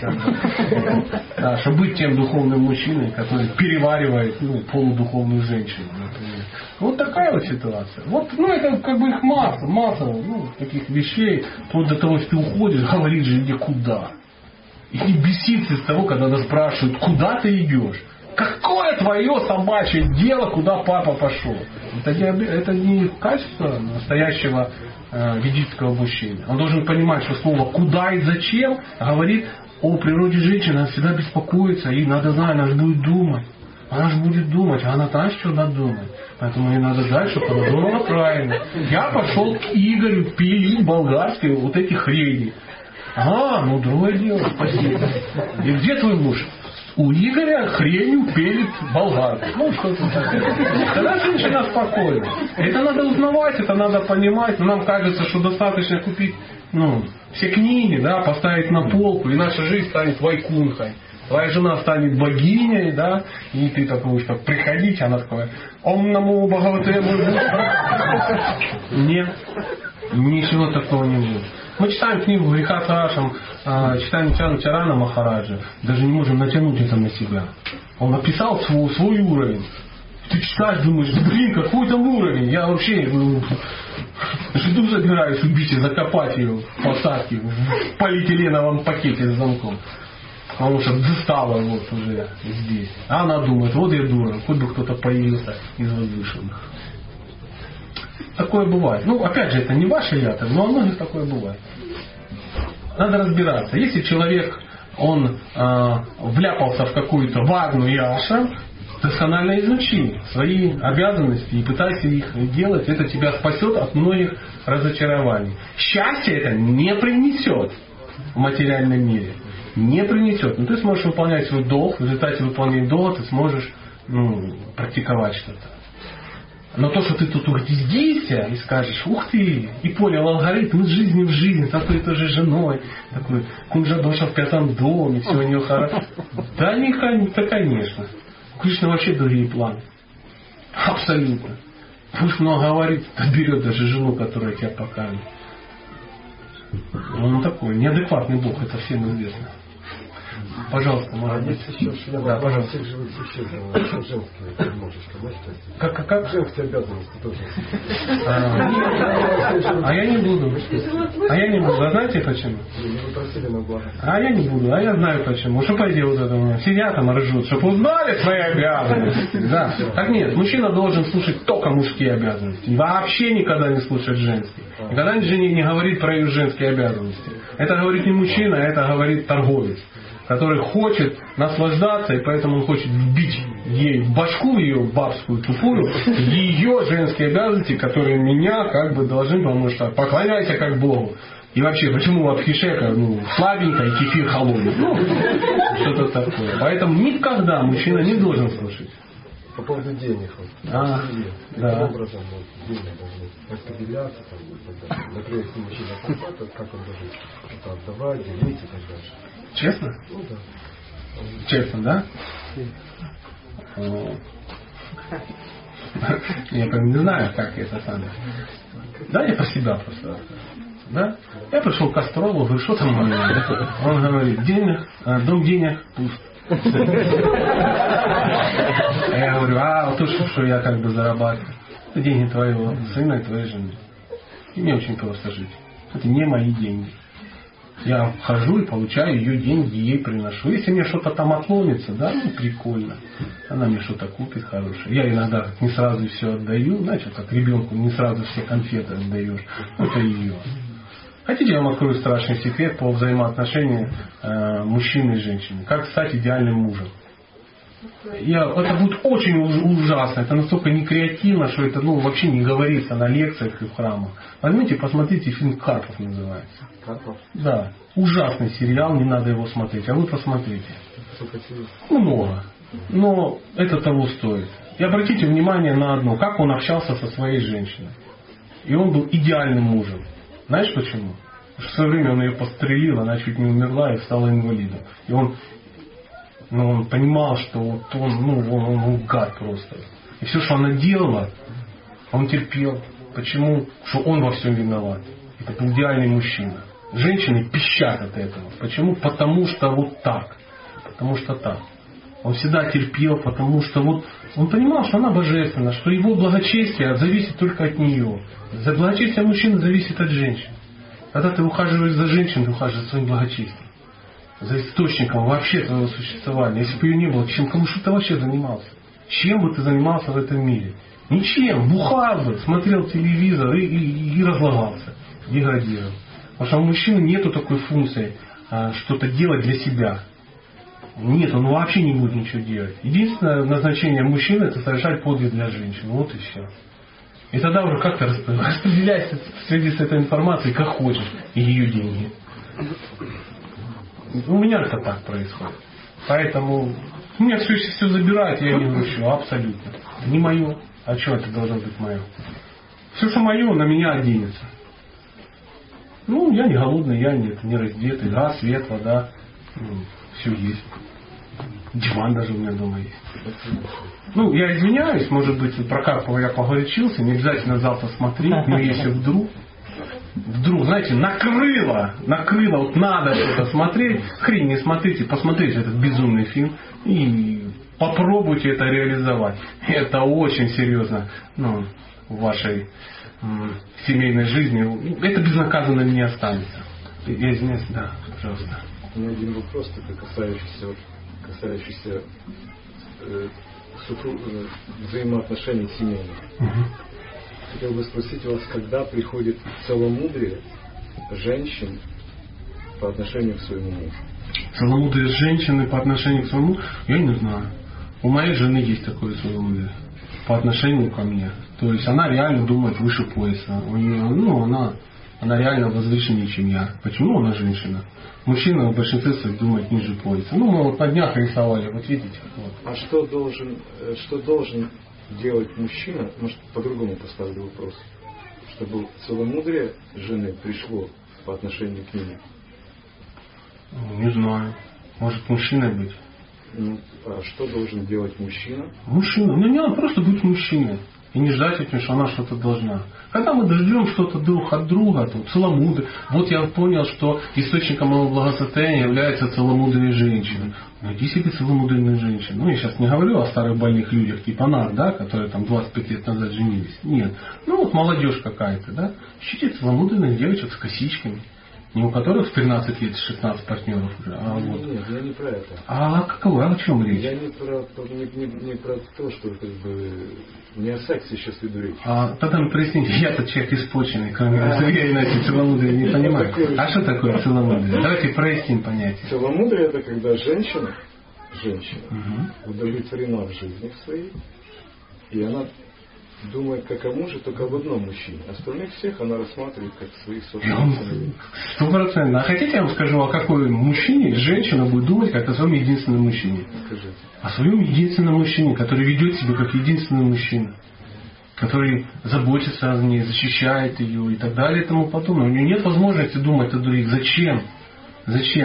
Да, чтобы быть тем духовным мужчиной, который переваривает ну, полудуховную женщину, например. Вот такая вот ситуация. Вот, ну, это как бы их масса, масса ну, таких вещей. Вплоть до того, что ты уходишь, говоришь жене куда. И не беситься из того, когда нас спрашивают, куда ты идешь. Какое твое собачье дело, куда папа пошел? Это не, это не качество настоящего э, ведического мужчины. Он должен понимать, что слово «куда» и «зачем» говорит о природе женщины. Она всегда беспокоится, и надо знать, она же будет думать. Она же будет думать, а она знает, что надо думать. Поэтому ей надо знать, чтобы она думала правильно. Я пошел к Игорю пилить болгарские вот эти хрени. А, ну другое дело, спасибо. И где твой муж? У Игоря хренью пелит болгарку. Ну, что-то такое. Тогда женщина спокойна. Это надо узнавать, это надо понимать. Но нам кажется, что достаточно купить ну, все книги, да, поставить на полку, и наша жизнь станет вайкунхой. Твоя жена станет богиней, да, и ты такой будешь так приходить, она такая, ом наму бхагавате. Нет, ничего такого не будет. Мы читаем книгу Гриха Сарашам, читаем Чану Чарана Махараджа, даже не можем натянуть это на себя. Он описал свой, свой уровень. Ты читаешь, думаешь, блин, какой там уровень. Я вообще ну, жду забираюсь убить и закопать ее в посадке в полиэтиленовом пакете с замком. Потому что достала вот уже здесь. А она думает, вот я дура, хоть бы кто-то появился из возвышенных. Такое бывает. Ну, опять же, это не ваше ято, но у многих такое бывает. Надо разбираться. Если человек, он э, вляпался в какую-то вагну и ашрам, досконально изучи свои обязанности и пытайся их делать. Это тебя спасет от многих разочарований. Счастье это не принесет в материальном мире. Не принесет. Но ты сможешь выполнять свой долг. В результате выполнения долга ты сможешь ну, практиковать что-то. Но то, что ты тут угнездишься и скажешь, ух ты, и понял алгоритм из жизни в жизнь, с одной и той же женой, такой кунжадоша в пятом доме, все у нее хорошо. Да, не, да, конечно. У Кришны вообще другие планы. Абсолютно. Будешь много говорить, доберет даже жену, которая тебя покажет. Он такой, неадекватный Бог, это всем известно. Пожалуйста, может быть. А есть еще член, да, пожалуйста. всех живых существ, женские немножечко, можете? Как, как, как? Женские обязанности тоже. А, а я не буду. А я не буду. А знаете почему? Вы просили на благо. А я не буду. А я знаю почему. Что пойди вот это сидят там ржут, чтобы узнали свои обязанности. Да. Так нет, мужчина должен слушать только мужские обязанности. Вообще никогда не слушать женские. Никогда жене не говорит про ее женские обязанности. Это говорит не мужчина, это говорит торговец, который хочет наслаждаться, и поэтому он хочет вбить ей в башку, ее бабскую тупую, ее женские обязанности, которые меня как бы должны, потому что поклоняйся как Богу. И вообще, почему у Абхишека ну, слабенько и кефир холодный? Ну, что-то такое. Поэтому никогда мужчина не должен слушать. По поводу денег. Вот, а, да. Каким образом вот, деньги должны распределяться, там, и так далее. Например, если мужчина зарплата, как он должен что-то отдавать, делить и так дальше. Честно? Ну да. Честно, да? Я прям не знаю, как это самое. Да, я про себя просто. Да? Я пришел к астрологу, говорю, что там? Он говорит, денег, дом денег пуст. Я говорю, а вот то, что я как бы зарабатываю, это деньги твоего сына и твоей жены. И мне очень просто жить. Это не мои деньги. Я хожу и получаю ее деньги, ей приношу. Если мне что-то там отломится, да, ну прикольно. Она мне что-то купит хорошее. Я иногда не сразу все отдаю. Знаете, как ребенку не сразу все конфеты отдаешь. Это ее. Хотите, я вам открою страшный секрет по взаимоотношению э, мужчины и женщины. Как стать идеальным мужем. Я, это будет очень ужасно. Это настолько некреативно, что это ну, вообще не говорится на лекциях и в храмах. Возьмите, посмотрите, фильм «Карпов» называется. Карпов? Да. Ужасный сериал, не надо его смотреть. А вы посмотрите. Много. Но это того стоит. И обратите внимание на одно. Как он общался со своей женщиной. И он был идеальным мужем. Знаешь почему? Потому что в свое время он ее подстрелил, она чуть не умерла и стала инвалидом. И он, ну, он понимал, что вот он, ну, он, он, он гад просто. И все, что она делала, он терпел. Почему? Что он во всем виноват. Это был идеальный мужчина. Женщины пищат от этого. Почему? Потому что вот так. Потому что так. Он всегда терпел, потому что вот он понимал, что она божественна, что его благочестие зависит только от нее. За благочестие мужчины зависит от женщин. Когда ты ухаживаешь за женщиной, ты ухаживаешь за своим благочестием. За источником вообще твоего существования. Если бы ее не было, чем кому что ты вообще занимался? Чем бы ты занимался в этом мире? Ничем. Бухал бы, смотрел телевизор и, и, и разлагался. Деградировал. Потому что у мужчины нету такой функции а, что-то делать для себя. Нет, он вообще не будет ничего делать. Единственное назначение мужчины — это совершать подвиг для женщин. Вот и все. И тогда уже как-то распределяйся среди с этой информацией, как хочешь, и ее деньги. У меня это так происходит. Поэтому у меня все, все забирают, я не вручу. Абсолютно. Не мое. А что это должно быть мое? Все, что мое, на меня оденется. Ну, я не голодный, я не, не раздетый. Да, свет, вода. Все есть. Диван даже у меня дома есть. Ну, я извиняюсь, может быть, про Карпова я погорячился, не обязательно завтра смотреть, но если вдруг, вдруг, знаете, накрыло, накрыло, вот надо что-то смотреть, хрень не смотрите, посмотрите этот безумный фильм и попробуйте это реализовать. Это очень серьезно, ну, в вашей м, семейной жизни. Это безнаказанно не останется. Я извиняюсь, да, пожалуйста. У меня один вопрос, такой касающийся, касающийся э, супруг, э, взаимоотношений семейных. Угу. Хотел бы спросить вас, когда приходит целомудрие женщин по отношению к своему мужу? Целомудрие женщины по отношению к своему, я не знаю. У моей жены есть такое целомудрие по отношению ко мне. То есть она реально думает выше пояса. У нее, ну, она, она реально возвышеннее, чем я. Почему она женщина? Мужчина в большинстве своих думает ниже пояса. Ну, мы вот на днях рисовали, вот видите. Вот. А что должен, что должен делать мужчина, может, по-другому поставлю вопрос, чтобы целомудрие жены пришло по отношению к нему? Не знаю. Может, мужчиной быть? Ну, а что должен делать мужчина? Мужчина. Ну, не надо просто быть мужчиной. И не ждать от нее, что она что-то должна. Когда мы ждем что-то друг от друга, то целомудрие. Вот я понял, что источником моего благосостояния является целомудрие женщины. Найди себе целомудренную женщину. Ну, я сейчас не говорю о старых больных людях, типа нас, да, которые там двадцать пять лет назад женились. Нет. Ну, вот молодежь какая-то, да. Ищите целомудренных девочек с косичками. Не у которых в тринадцать лет шестнадцать партнеров уже, а нет, вот. Нет, я не про это. А какого? О чем речь? Я не про, не, не, не про то, что как бы не о сексе сейчас веду речь. А тогда мы проясните, я-то человек испорченный, кроме Сергея Игнатьевича, целомудрия не понимаю. А что такое целомудрие? Давайте проясним понятие. Целомудрие — это когда женщина, женщина Угу. удовлетворена в жизни своей, и она думает как о муже только об одном мужчине. Остальных всех она рассматривает как своих собственных сыновей. Сто процентов. А хотите, я вам скажу, о какой мужчине женщина будет думать, как о своем единственном мужчине? Скажите. О своем единственном мужчине, который ведет себя как единственный мужчина. Который заботится о ней, защищает ее и так далее и тому подобное. У нее нет возможности думать о других. Зачем? Зачем?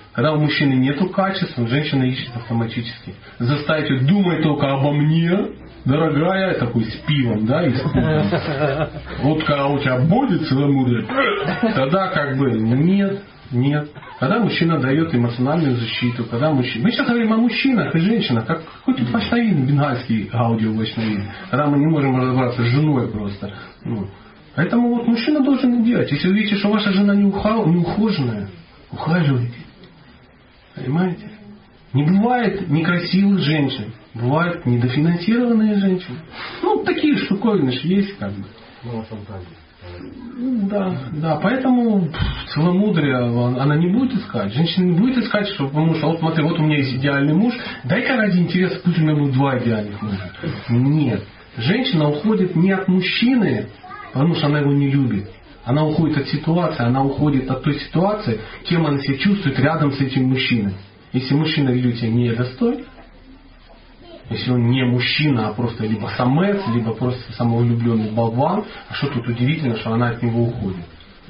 Когда у мужчины нету качеств, женщина ищет автоматически. Заставить ее думать только обо мне, дорогая, такой с пивом, да, и с пивом. Вот когда у тебя будет целомудрие, тогда как бы нет, нет. Когда мужчина дает эмоциональную защиту, когда мужчина... Мы сейчас говорим о мужчинах и женщинах, как какой-то вайшнавизм, бенгальский аудио-вайшнавизм. Когда мы не можем разобраться с женой просто. Ну. Поэтому вот мужчина должен делать. Если вы видите, что ваша жена не ухоженная, ухаживайте. Понимаете? Не бывает некрасивых женщин. Бывают недофинансированные женщины. Ну, такие штуковины же есть как бы. Ну, фантазия. Да, да. Поэтому целомудрие она не будет искать. Женщина не будет искать, что, потому что вот смотри, вот у меня есть идеальный муж, дай-ка ради интереса, пусть у меня будет два идеальных мужа. Нет. Женщина уходит не от мужчины, потому что она его не любит. Она уходит от ситуации, она уходит от той ситуации, кем она себя чувствует рядом с этим мужчиной. Если мужчина ведет себя недостойно, если он не мужчина, а просто либо самец, либо просто самовлюбленный болван, а что тут удивительно, что она от него уходит.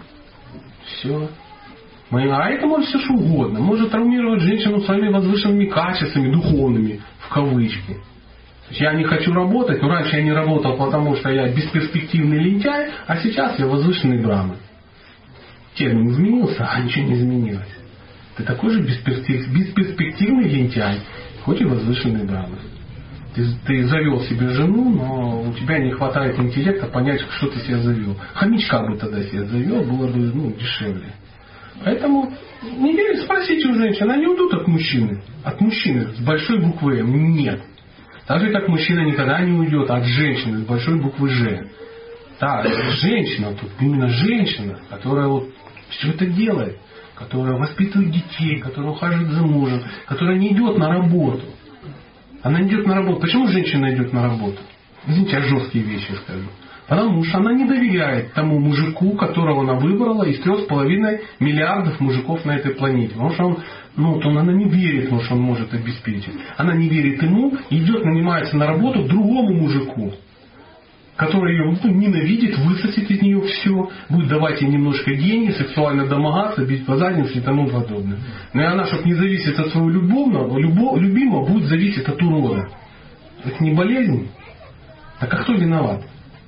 Все. А это может все что угодно. Может травмировать женщину своими возвышенными качествами, духовными, в кавычки. Я не хочу работать, но раньше я не работал, потому что я бесперспективный лентяй, а сейчас я возвышенный браман. Термин изменился, а ничего не изменилось. Ты такой же бесперспективный лентяй, хоть и возвышенный браман. Ты, ты завел себе жену, но у тебя не хватает интеллекта понять, что ты себя завел. Хомячка бы тогда себя завел, было бы ну, дешевле. Поэтому не верите, спросите у женщин, они уйдут от мужчины. От мужчины с большой буквы М. Нет. Так же, как мужчина никогда не уйдет от женщины с большой буквы Ж. Да, женщина, тут именно женщина, которая вот все это делает, которая воспитывает детей, которая ухаживает за мужем, которая не идет на работу. Она идет на работу. Почему женщина идет на работу? Извините, я жесткие вещи скажу. Потому что она не доверяет тому мужику, которого она выбрала из трех с половиной миллиардов мужиков на этой планете. Потому что он, ну, вот он, она не верит, потому что он может обеспечить. Она не верит ему и идет, нанимается на работу к другому мужику, который ее ну, ненавидит, высосет из нее все, будет давать ей немножко денег, сексуально домогаться, бить по заднице и тому подобное. Но и она, чтобы не зависеть от своего любовного, любо, любимого, будет зависеть от урода. Это не болезнь? Так а кто виноват?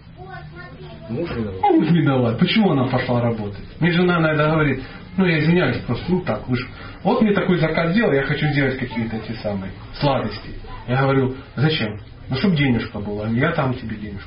Муж виноват. Муж виноват. Почему она пошла работать? Мне жена иногда говорит, ну я извиняюсь просто, ну так, вы ж... Вот мне такой заказ сделал, я хочу сделать какие-то те самые сладости. Я говорю, зачем? Ну, чтобы денежка была, я там тебе денежку.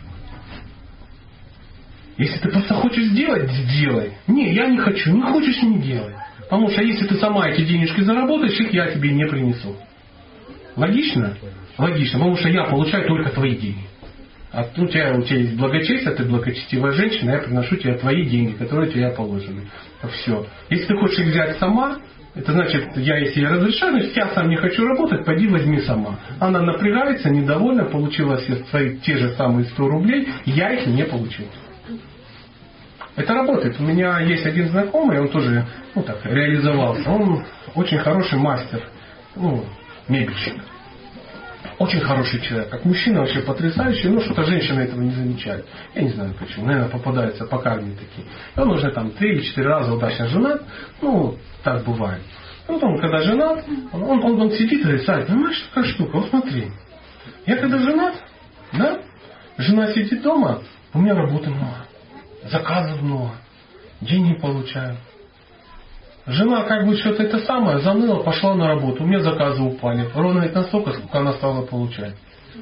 Если ты просто хочешь сделать, сделай. Не, я не хочу, не хочешь, не делай. Потому что если ты сама эти денежки заработаешь, их я тебе не принесу. Логично? Логично, потому что я получаю только твои деньги. А у тебя, у тебя есть благочестие, ты благочестивая женщина, я приношу тебе твои деньги, которые тебе положены. Все. Если ты хочешь их взять сама, это значит, я если я разрешаю, значит, я сам не хочу работать, пойди возьми сама. Она напрягается, недовольна, получила все свои те же самые сто рублей, я их не получил. Это работает. У меня есть один знакомый, он тоже ну, так, реализовался. Он очень хороший мастер, ну, мебельщик. Очень хороший человек. Как мужчина вообще потрясающий, но что-то женщина этого не замечает. Я не знаю почему. Наверное, попадаются по карме такие. И он уже там три или четыре раза удачно женат. Ну, так бывает. И вот он, когда женат, он, он, он, он сидит и говорит, Сань, понимаешь, какая штука? Вот смотри. Я когда женат, да, жена сидит дома, у меня работы много. Заказов много. Деньги получаю. Жена как бы что-то это самое заныла, пошла на работу. У меня заказы упали. Ровно это настолько, сколько она стала получать.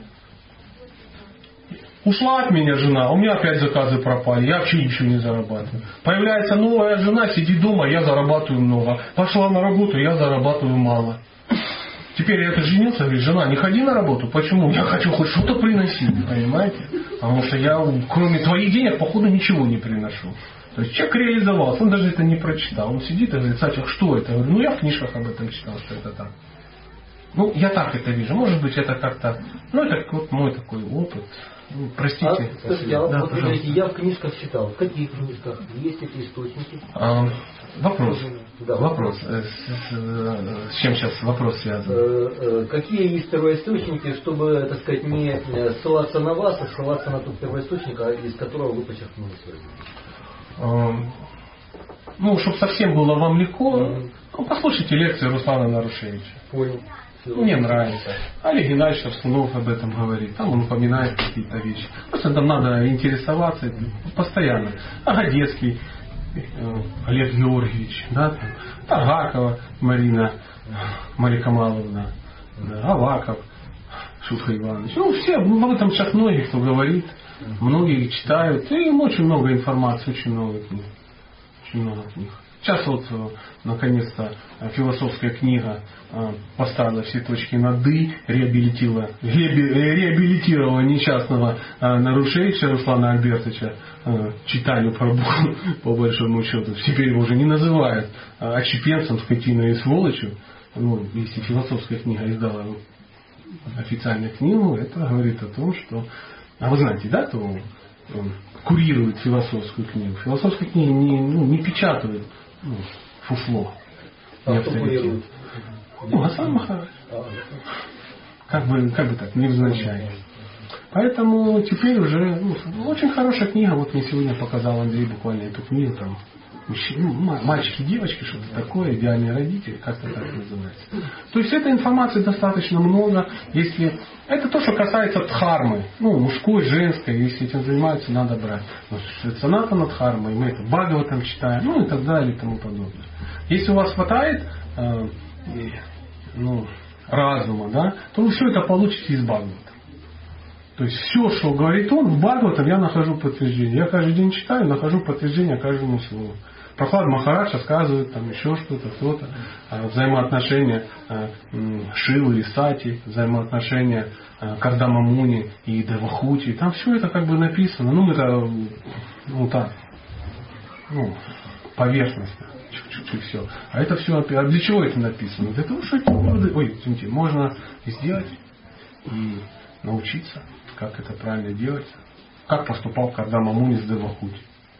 Ушла от меня жена, у меня опять заказы пропали. Я вообще ничего не зарабатываю. Появляется новая жена, сидит дома, я зарабатываю много. Пошла на работу, я зарабатываю мало. Теперь я это женился, говорит, жена, не ходи на работу. Почему? Я хочу хоть что-то приносить, понимаете? Потому что я, кроме твоих денег, походу, ничего не приношу. То есть человек реализовался, он даже это не прочитал. Он сидит и говорит, Сатя, что это? Я говорю, ну я в книжках об этом читал, что это так. Ну, я так это вижу. Может быть, это как-то... Ну, это вот мой такой опыт. Ну, простите. А, скажите, а да, вот вы говорите, я в книжках читал. В каких книжках? Есть эти источники? А, вопрос. Да, вопрос. С, с, с чем сейчас вопрос связан? Какие есть первоисточники, чтобы, так сказать, не ссылаться на вас, а ссылаться на тот первоисточник, из которого вы подчеркнули свою жизнь? Ну, чтобы совсем было вам легко, Ну, послушайте лекции Руслана Нарушевича. Понял. Мне нравится. Олег Геннадьевич Арсунов об этом говорит. Там он упоминает какие-то вещи. Просто там надо интересоваться постоянно. Агадецкий Олег Георгиевич, да, там, Тагаркова Марина Маликамаловна, да, Аваков Шутха Иванович. Ну, все, об этом сейчас многие кто говорит, многие читают. И очень много информации, очень много книг. Очень много книг. Сейчас вот, наконец-то, философская книга поставила все точки над «и», реабилитировала, реабилитировала несчастного Нарушевича Руслана Альбертовича, читанию про Бога, по большому счету. Теперь его уже не называют отщепенцем, скотиной и сволочью. Ну, если философская книга издала официальную книгу, это говорит о том, что... А вы знаете, да, кто курирует философскую книгу? Философские книги не, ну, не печатают. Ну, фуфло. А кто курирует? Ну, Гасан Махарадж. Как бы, как бы так, невзначай. Поэтому теперь уже ну, очень хорошая книга. Вот мне сегодня показал Андрей буквально эту книгу. Там, ну, мальчики, девочки, что-то такое, идеальные родители, как-то так называется. То есть этой информации достаточно много. Если это то, что касается дхармы, ну, мужской, женской, если этим занимаются, надо брать. Санатана дхармы, мы это Бхагаватам читаем, ну и так далее и тому подобное. Если у вас хватает э, ну, разума, да, то вы все это получите из Бхагавата. То есть все, что говорит он, в Бхагаватам я нахожу подтверждение. Я каждый день читаю, нахожу подтверждение каждому слову. Прохлад Махарадж рассказывает там еще что-то, кто-то. Взаимоотношения Шивы и Сати, взаимоотношения Кардама Муни и Девахути. Там все это как бы написано. Ну, это ну так, ну, поверхностно. Чуть-чуть все. А это все, а для чего это написано? Для того, что эти выводы, ой, извините, можно сделать и научиться, как это правильно делать. Как поступал Кардама Муни с Девахути.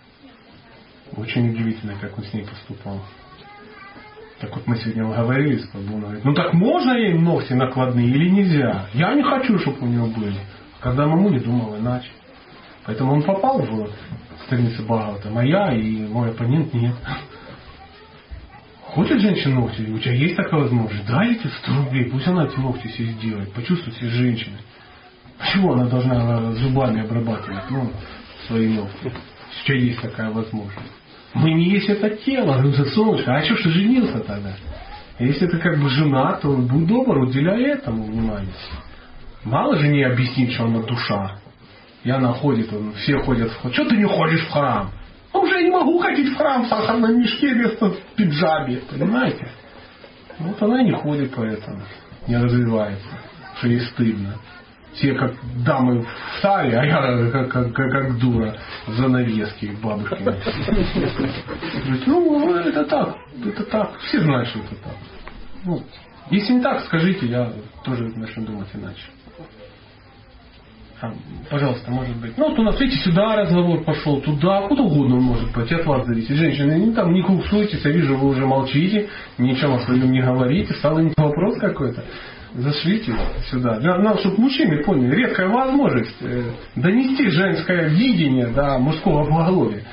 Очень удивительно, как он с ней поступал. Так вот мы сегодня говорили с Прабху, он говорит, ну так можно ей ногти накладные или нельзя? Я не хочу, чтобы у него были. Кардама Муни думал иначе. Поэтому он попал в страницу Бхагаватам, а я и мой оппонент нет. Хочет женщина ногти? У тебя есть такая возможность? Дай эти сто рублей, пусть она эти ногти себе сделает. Почувствуй себя женщиной. Почему она должна зубами обрабатывать ну, свои ногти? У тебя есть такая возможность. Мы не есть это тело, говорю, солнышко, а что ж ты женился тогда? Если ты как бы жена, то будь добр, уделяй этому внимание. Мало же не объяснить, что она душа. И она ходит, он, все ходят в храм. Что ты не ходишь в храм? Ну уже я не могу ходить в храм в сахарном мешке вместо пиджаби. Понимаете? Вот она и не ходит поэтому. Не развивается. Что ей стыдно. Все как дамы в саре, а я как, как, как, как дура в занавеске бабушкины. Ну, это так. Это так. Все знают, что это так. Ну, если не так, скажите, я тоже начну думать иначе. А, пожалуйста, может быть. Ну, вот у нас, видите, сюда разговор пошел, туда, куда угодно он может пойти, от вас зависит. Женщины, не, там, не куксуйтесь, я вижу, вы уже молчите, ничего о своем не говорите, стал им вопрос какой-то. Зашлите сюда. Для нас, чтобы мужчины поняли, редкая возможность э, донести женское видение до мужского поголовья.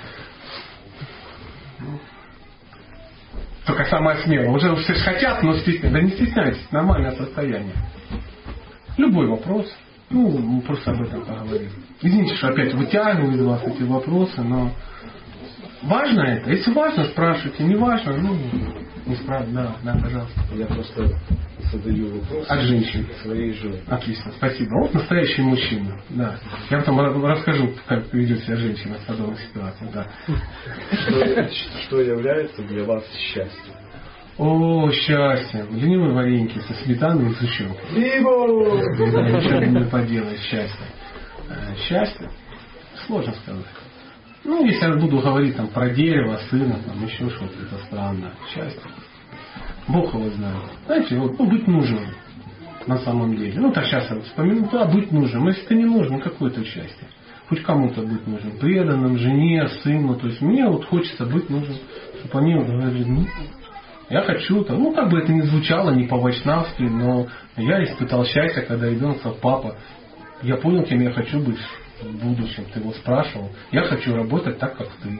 Только самое смелое. Уже все хотят, но стесняются. Да не стесняйтесь, нормальное состояние. Любой вопрос. Ну, мы просто об этом поговорим. Извините, что опять вытягиваю из вас эти вопросы, но важно это. Если важно, спрашивайте. Не важно, ну, не спрашивайте. Да, да, пожалуйста. Я просто задаю вопрос от женщин. Своей жены. Отлично, спасибо. Вот настоящий мужчина. Да. Я потом расскажу, как ведет себя женщина в подобных ситуациях. Да. Что, что является для вас счастьем? О, счастье. Ленивые вареньки со сметаной и сгущенкой. Ничего не поделаешь, счастье. Счастье? Сложно сказать. Ну, если я буду говорить там про дерево, сына, там еще что-то, это странно. Счастье. Бог его знает. Знаете, вот, ну, быть нужным на самом деле. Ну, так сейчас я вспоминаю, да, быть нужным. Если ты не нужен, какое-то счастье. Хоть кому-то быть нужным. Преданным, жене, сыну. То есть мне вот хочется быть нужным. Чтобы они вот говорили, ну, я хочу, -то. ну, как бы это ни звучало, не по-вайшнавски, но я испытал счастье, когда ребенок сказал, папа, я понял, кем я хочу быть в будущем. Ты его спрашивал. Я хочу работать так, как ты.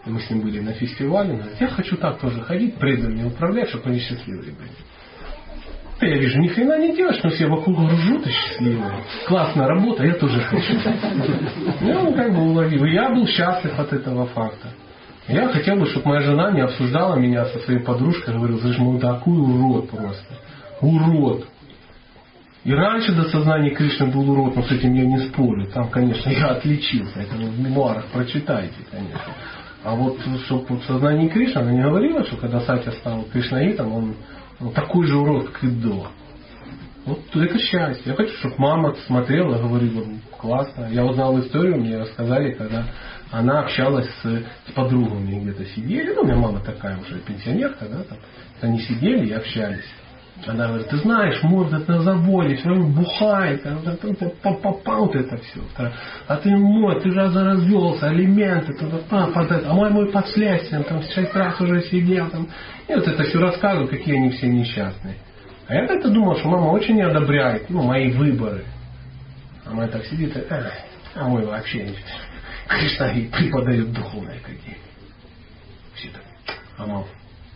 Мы с ним были на фестивале. Он говорит, я хочу так тоже ходить, преданными управлять, чтобы они счастливые были. Да я вижу, ни хрена не делаешь, но все вокруг ржут и счастливые. Классная работа, я тоже хочу. Я ну, как бы уловил. И я был счастлив от этого факта. Я хотел бы, чтобы моя жена не обсуждала меня со своей подружкой, говорила, слышь, мой такой урод просто. Урод. И раньше до сознания Кришны был урод, но с этим я не спорю. Там, конечно, я отличился. Это вы в мемуарах прочитайте, конечно. А вот чтобы в сознании Кришны, она не говорила, что когда Сатья стал кришнаитом, он, он такой же урод, как и до. Вот это счастье. Я хочу, чтобы мама смотрела, говорила, классно. Я узнал историю, мне рассказали, когда она общалась с, с подругами, где-то сидели. Ну, у меня мама такая уже пенсионерка, да, там. Они сидели и общались. Она говорит, ты знаешь, может, на заводе все равно бухает, попал вот это все. А ты мой, ты же развелся, алименты, а мой мой под следствием, там шесть раз уже сидел. Там. И вот это все рассказывают, какие они все несчастные. А я как-то думал, что мама очень не одобряет ну, мои выборы. А мама так сидит, а, а мой вообще не Кришна ей преподает духовные какие. Все так, а мама.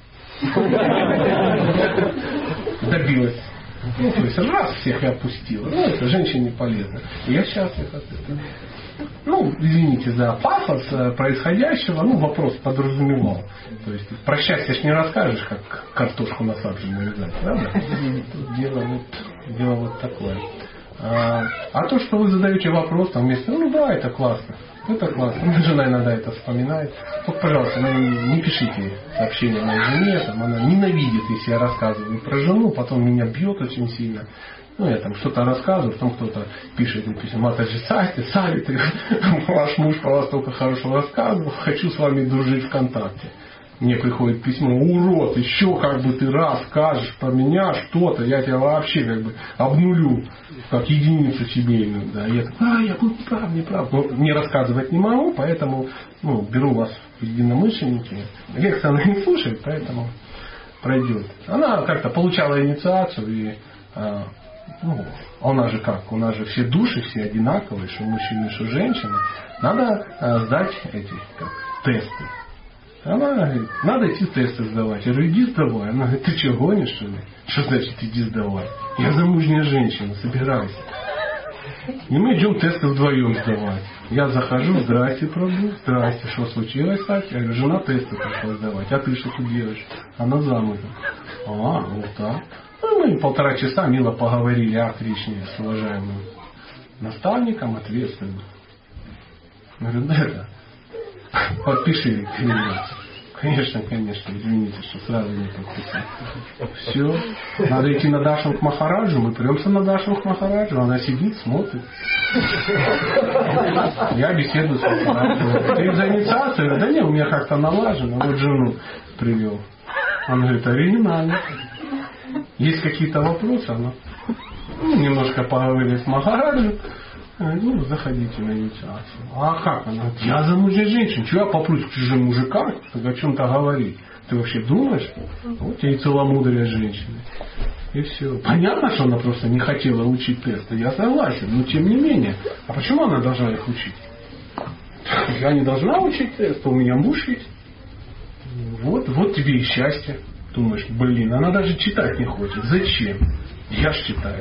Добилась. Ну, то есть раз всех и отпустила. Ну, это женщине полезно. И я счастлив от этого. Ну, извините за пафос происходящего. Ну, вопрос подразумевал. То есть про счастье ж не расскажешь, как картошку насаженную вязать, правда? Дело вот, дело вот такое. А, а то, что вы задаете вопрос там вместе, ну да, это классно. Это классно. Моя жена иногда это вспоминает. Вот, пожалуйста, не, не пишите сообщения моей жене. Там, она ненавидит, если я рассказываю про жену, потом меня бьет очень сильно. Ну, я там что-то рассказываю, потом кто-то пишет мне письмо, Матаджи Сати, Сави, ты, ваш муж про вас только хорошо рассказывал, хочу с вами дружить ВКонтакте. Мне приходит письмо, урод, еще как бы ты раз скажешь про меня что-то, я тебя вообще как бы обнулю, как единицу семейную. Да. Я такой, а, я был прав, не прав. Но не рассказывать не могу, поэтому ну, беру вас в единомышленники. Лекция она не слушает, поэтому пройдет. Она как-то получала инициацию, и а, ну, у нас же как, у нас же все души, все одинаковые, что мужчины, что женщины. Надо а, сдать эти как, тесты. Она говорит, надо идти тесты сдавать. Я говорю, иди сдавай. Она говорит, ты что, гонишь, что ли? Что значит иди сдавай? Я замужняя женщина, собирайся. И мы идем тесты вдвоем сдавать. Я захожу, здрасте, Прабу, здрасте, что случилось, так? Я говорю, жена тесты пошла сдавать. А ты что тут делаешь? Она замужем. А, вот так. Ну, мы полтора часа мило поговорили о Кришне с уважаемым наставником, ответственным. Я говорю, да это... Подпиши клиент. Конечно, конечно, извините, что сразу не подписал. Все. Надо идти на Даршан к Махараджу. Мы премся на Даршан к Махараджу. Она сидит, смотрит. Я беседую с Махараджем. Ты за инициацию? Да не, у меня как-то налажено. Вот жену привел. Она говорит, оригинально. Есть какие-то вопросы? Она ну, немножко поговорили с Махараджем. Ну, заходите на инициацию. А как она? Я замужняя женщина. Чего я попрусь к чужим мужикам? О чем-то говорить. Ты вообще думаешь? Вот я и целомудрие женщины. И все. Понятно, что она просто не хотела учить тесты. Я согласен. Но тем не менее. А почему она должна их учить? Я не должна учить тесты. У меня муж есть. Вот, вот тебе и счастье. Думаешь, блин, она даже читать не хочет. Зачем? Я ж читаю.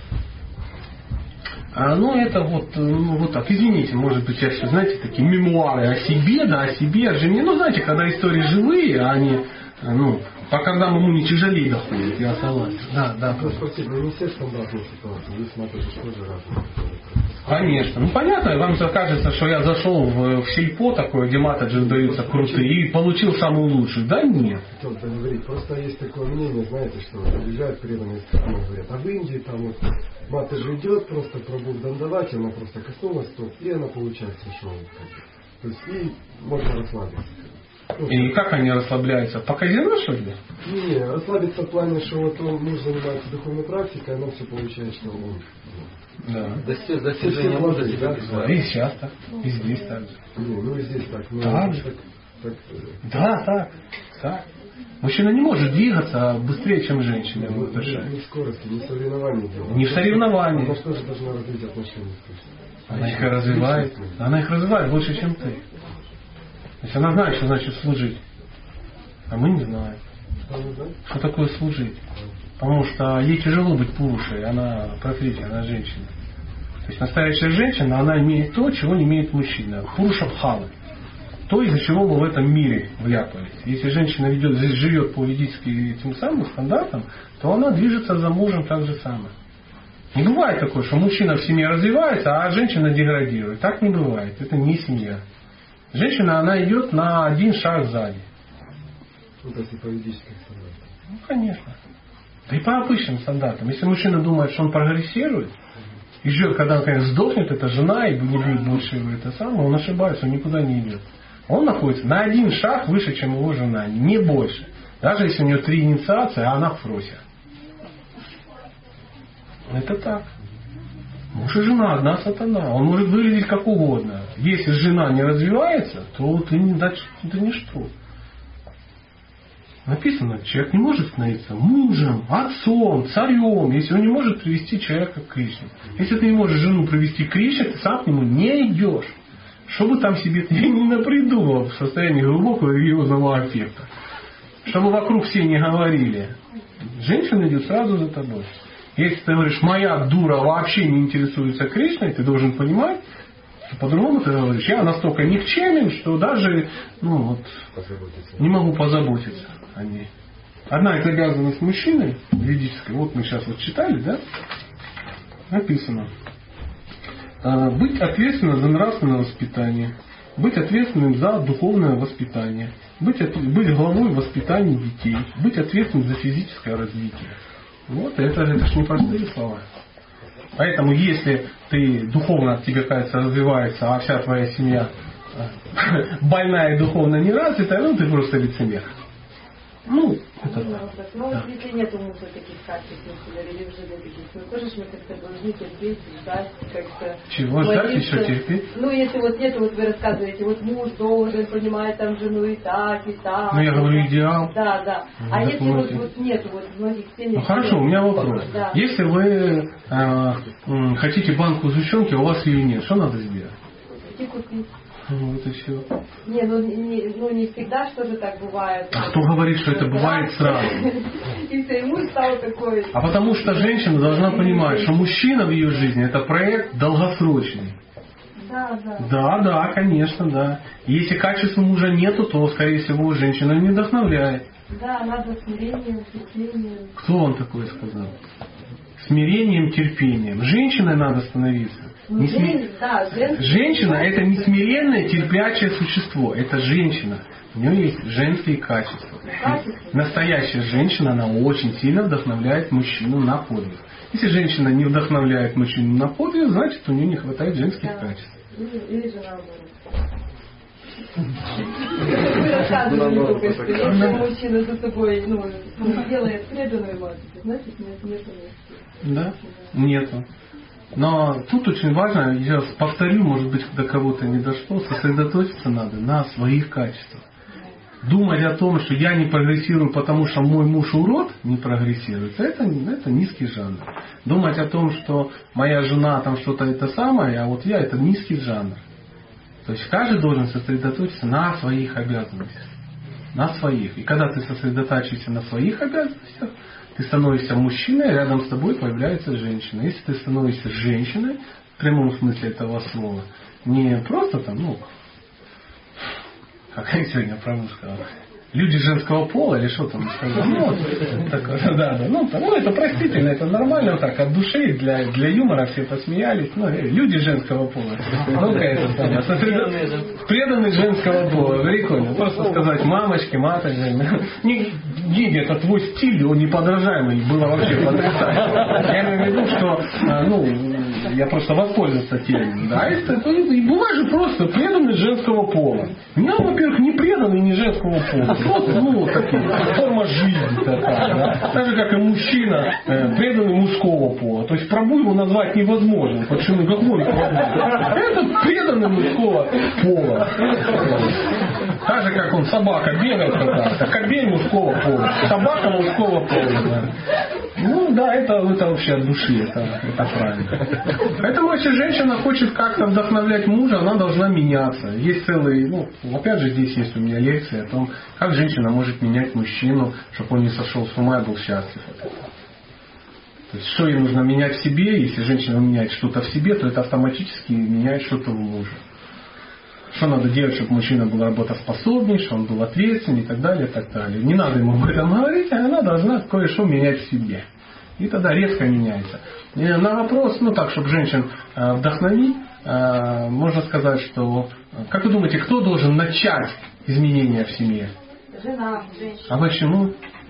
А, ну, это вот, ну, вот так. Извините, может быть, я все, знаете, такие мемуары о себе, да, о себе, о жене. Ну, знаете, когда истории живые, а они, ну, по когда ему не тяжелее доходят, я согласен. Да, да. Ну, спасибо, не все стандартные ситуации. Здесь смотришь, тоже разные. Конечно. Ну, понятно, вам кажется, что я зашел в, в сельпо такое, где матаджи даются крутые, и получил самую лучшую. Да нет. Хотел бы говорить, просто есть такое мнение, знаете, что приезжают преданные страны, говорят, а в Индии там вот матаджи идет, просто пробует дандавать, она просто коснулась, то и она получает совершенно. То есть и можно расслабиться. Ну, и как они расслабляются? По казино, что ли? Не, не, расслабиться в плане, что вот он, муж занимается духовной практикой, она все получает, что он... Да. Достижение можно себя да, и сейчас так, и здесь так же. Ну, ну и здесь так. Ну, так так, так, да, так, так. Мужчина не может двигаться быстрее, чем женщина. Ну, не, не в скорости, не в соревновании дело. Не в соревновании. Она что же должна развить отношения? Она их развивает. Она их развивает больше, чем ты. То есть она знает, что значит служить. А мы не знаем. Что такое служить? Потому что ей тяжело быть пурушей, она прокрити, она женщина. То есть настоящая женщина, она имеет то, чего не имеет мужчина. Пуруша бхава. То, из-за чего мы в этом мире вляпались. Если женщина ведет, живет по ведическим этим самым стандартам, то она движется за мужем так же самое. Не бывает такое, что мужчина в семье развивается, а женщина деградирует. Так не бывает. Это не семья. Женщина, она идет на один шаг сзади. Вот если по ведическим стандартам. Ну, конечно. Да и по обычным стандартам. Если мужчина думает, что он прогрессирует, и ждет, когда он, конечно, сдохнет, эта жена, и не будет больше его это самое, он ошибается, он никуда не идет. Он находится на один шаг выше, чем его жена, не больше. Даже если у нее три инициации, а она в фросе. Это так. Муж и жена одна сатана. Он может выглядеть как угодно. Если жена не развивается, то ты не, это ничто. Написано, человек не может становиться мужем, отцом, царем, если он не может привести человека к Кришне. Если ты не можешь жену привести к Кришне, ты сам к нему не идешь. Что бы там себе не напридумал в состоянии глубокого религиозного аффекта. Чтобы вокруг все не говорили. Женщина идет сразу за тобой. Если ты говоришь, моя дура вообще не интересуется Кришной, ты должен понимать, что по-другому ты говоришь, я настолько никчемен, что даже ну, вот, не могу позаботиться о ней. Одна из обязанностей мужчины ведической, вот мы сейчас вот читали, да, написано. Быть ответственным за нравственное воспитание, быть ответственным за духовное воспитание, быть, быть главой воспитания детей, быть ответственным за физическое развитие. Вот это, это же непростые слова. Поэтому если ты духовно, от тебя, кажется, развивается, а вся твоя семья больная и духовно не развитая, ну ты просто лицемер. Ну, это ну, так. Но Да. вот если нет у мужа таких качеств, или в жизни таких, ну тоже мы как-то должны терпеть, ждать, как-то... Чего ждать, еще терпеть? Ну, если вот нет, вот вы рассказываете, вот муж должен понимать там жену и так, и так. Ну, я говорю, так. идеал. Да, да. Ну, а если вот, можете. вот нет, вот в многих семьях... Ну хорошо, у меня вопрос. Да. Если вы э, м, хотите банку сгущенки, а у вас ее нет, что надо сделать? Идти купить. Ну, вот и все. Не, ну не, ну не всегда что же так бывает. А кто говорит, что это бывает сразу? И все, ему стал такой... А потому что женщина должна понимать, что мужчина в ее жизни это проект долгосрочный. Да, да. Да, да, конечно, да. И если качества мужа нету, то, скорее всего, женщина не вдохновляет. Да, надо смирением, терпением. Кто вам такое сказал? Смирением, терпением. Женщиной надо становиться. Ну, Не сме- жен- да, женский- Женщина это не смиренное, терпящее существо. Это женщина. У нее есть женские качества. Качества. Настоящая женщина, она очень сильно вдохновляет мужчину на подвиг. Если женщина не вдохновляет мужчину на подвиг, значит у нее не хватает женских Да. качеств. Или, или же наоборот. Вы рассказывали только, что если мужчина за собой ну, делает преданную мать, значит нет, нет, нет. Да? Нету. Но тут очень важно, я повторю, может быть, до кого-то не дошло, сосредоточиться надо на своих качествах. Думать о том, что я не прогрессирую, потому что мой муж урод не прогрессирует, это, это низкий жанр. Думать о том, что моя жена там что-то это самое, а вот я, это низкий жанр. То есть каждый должен сосредоточиться на своих обязанностях. На своих. И когда ты сосредотачиваешься на своих обязанностях, ты становишься мужчиной, рядом с тобой появляется женщина. Если ты становишься женщиной, в прямом смысле этого слова, не просто там, ну, как я сегодня про мужа сказал, люди женского пола или что там сказал. Ну, такое, да, да, ну, ну, это простительно, это нормально, вот так, от души, для, для юмора все посмеялись. Ну, люди женского пола. Ну-ка, это самое. Сосредо... Преданные женского пола. Прикольно. Просто сказать мамочки, маточки. Не, не, это твой стиль, он неподражаемый. Было вообще потрясающе. Я имею в виду, что, ну, я просто воспользовался термином. Да, это, это, и бывает же просто преданный женского пола. Я, во-первых, не преданный не женского пола. Просто, ну, вот такая форма жизни такая, да? Так же, как и мужчина, э, преданный мужского пола. То есть пробу его назвать невозможно. Почему? Какой пробу? Это преданный мужского пола. Так же, как он собака бегает как-то, кобель мужского пола, собака мужского пола. Да. Ну да, это, это вообще от души, это, это правильно. Поэтому если женщина хочет как-то вдохновлять мужа, она должна меняться. Есть целый, ну, опять же здесь есть у меня лекция о том, как женщина может менять мужчину, чтобы он не сошел с ума и был счастлив. То есть, что ей нужно менять в себе, если женщина меняет что-то в себе, то это автоматически меняет что-то в муже. Что надо делать, чтобы мужчина был работоспособней, чтобы он был ответственный и так далее, и так далее. Не надо ему об этом говорить, а она должна кое-что менять в себе. И тогда резко меняется. И на вопрос, ну так, чтобы женщин вдохновить, можно сказать, что, как вы думаете, кто должен начать изменения в семье? Жена, женщина. А почему?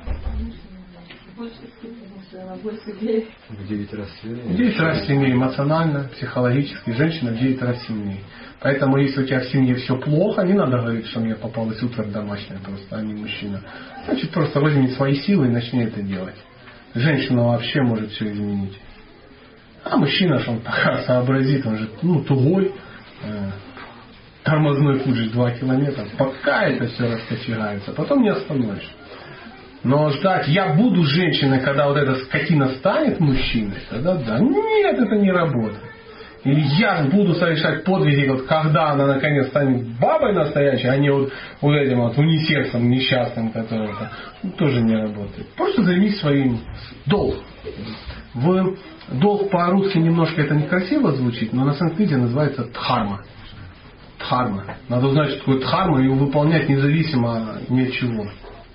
В девять раз сильнее. В девять раз сильнее эмоционально, психологически. Женщина в девять раз сильнее. Поэтому, если у тебя в семье все плохо, не надо говорить, что мне попалась утварь домашняя просто, а не мужчина. Значит, просто возьми свои силы и начни это делать. Женщина вообще может все изменить. А мужчина, что он пока сообразит, он же ну, тугой, э, тормозной путь же два километра. Пока это все раскочегается, потом не остановишь. Но ждать, я буду женщиной, когда вот эта скотина станет мужчиной, тогда да. Нет, это не работает. Или я буду совершать подвиги, вот когда она наконец станет бабой настоящей, а не вот, вот этим вот унисексом несчастным, который ну, тоже не работает. Просто займись своим долг. В долг по-русски немножко это некрасиво звучит, но на санскрите называется дхарма. Дхарма. Надо узнать, что такое дхарма, и его выполнять независимо ни от чего.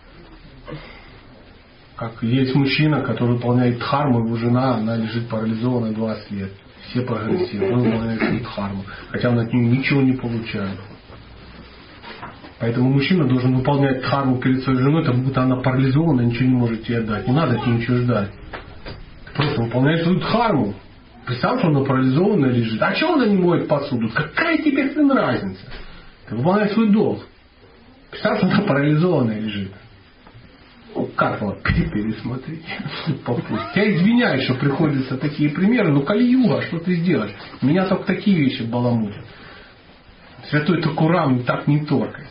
Как есть мужчина, который выполняет дхарму, его жена, она лежит парализованная двадцать лет. Все прогрессивны, он выполняет свою дхарму, хотя он от нее ничего не получает. Поэтому мужчина должен выполнять дхарму перед своей женой, как будто она парализована, ничего не может тебе дать. Не надо от нее ничего ждать. Ты просто выполняешь свою дхарму. Представь, что она парализованная лежит. А чего она не моет посуду? Какая тебе хрен разница? Ты выполняешь свой долг. Представь, что она парализованная лежит. Ну, как вот пересмотреть по пути. Я извиняюсь, что приходятся такие примеры, но Кали-юга, что ты сделаешь? Меня только такие вещи баламутят. Святой Такурам так не торкает.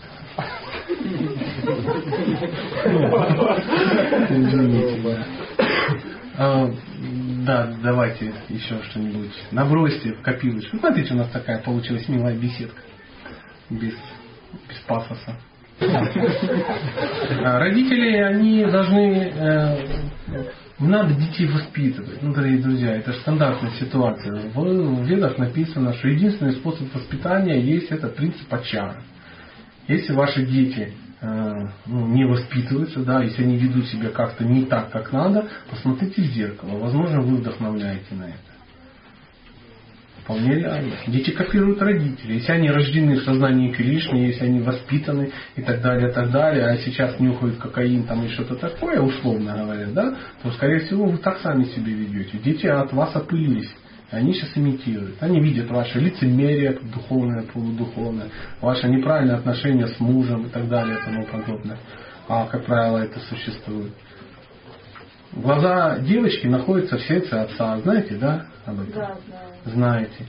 Извините. Да, давайте еще что-нибудь. Набросьте в копилочку. Смотрите, у нас такая получилась милая беседка. Без, без пафоса. Родители, они должны, э, не надо детей воспитывать. Ну, дорогие друзья, это же стандартная ситуация. В, в ведах написано, что единственный способ воспитания есть это принцип ачара. Если ваши дети э, ну, не воспитываются, да, если они ведут себя как-то не так, как надо, посмотрите в зеркало. Возможно, вы вдохновляете на это. Вполне реально. Дети копируют родителей. Если они рождены в сознании Кришны, если они воспитаны и так далее, и так далее, а сейчас нюхают кокаин там и что-то такое, условно говоря, да, то, скорее всего, вы так сами себя ведете. Дети от вас опылились. Они сейчас имитируют. Они видят ваше лицемерие, духовное, полудуховное, ваше неправильное отношение с мужем и так далее и тому подобное. А, как правило, это существует. Глаза девочки находятся в сердце отца. Знаете, да? Об этом? Да, знаю. Знаете.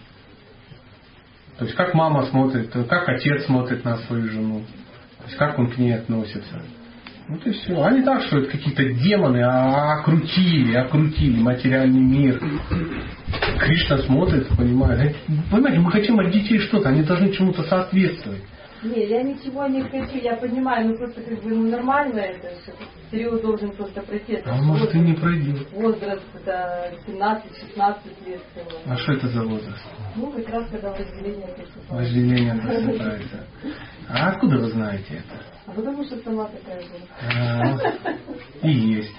То есть, как мама смотрит, как отец смотрит на свою жену. То есть, как он к ней относится. Вот и все. А не так, что это какие-то демоны, а окрутили, окрутили материальный мир. Кришна смотрит, понимает. Понимаете, мы хотим от детей что-то, они должны чему-то соответствовать. Не, я ничего не хочу, я понимаю, ну просто как бы ну, нормально это, что период должен просто пройти. Это а может возраст, и не пройдет. Возраст до семнадцать-шестнадцать лет. А что это за возраст? Ну, как раз когда вожделение наступает. Вожделение наступает. А откуда вы знаете это? А потому что сама такая была. А, и есть.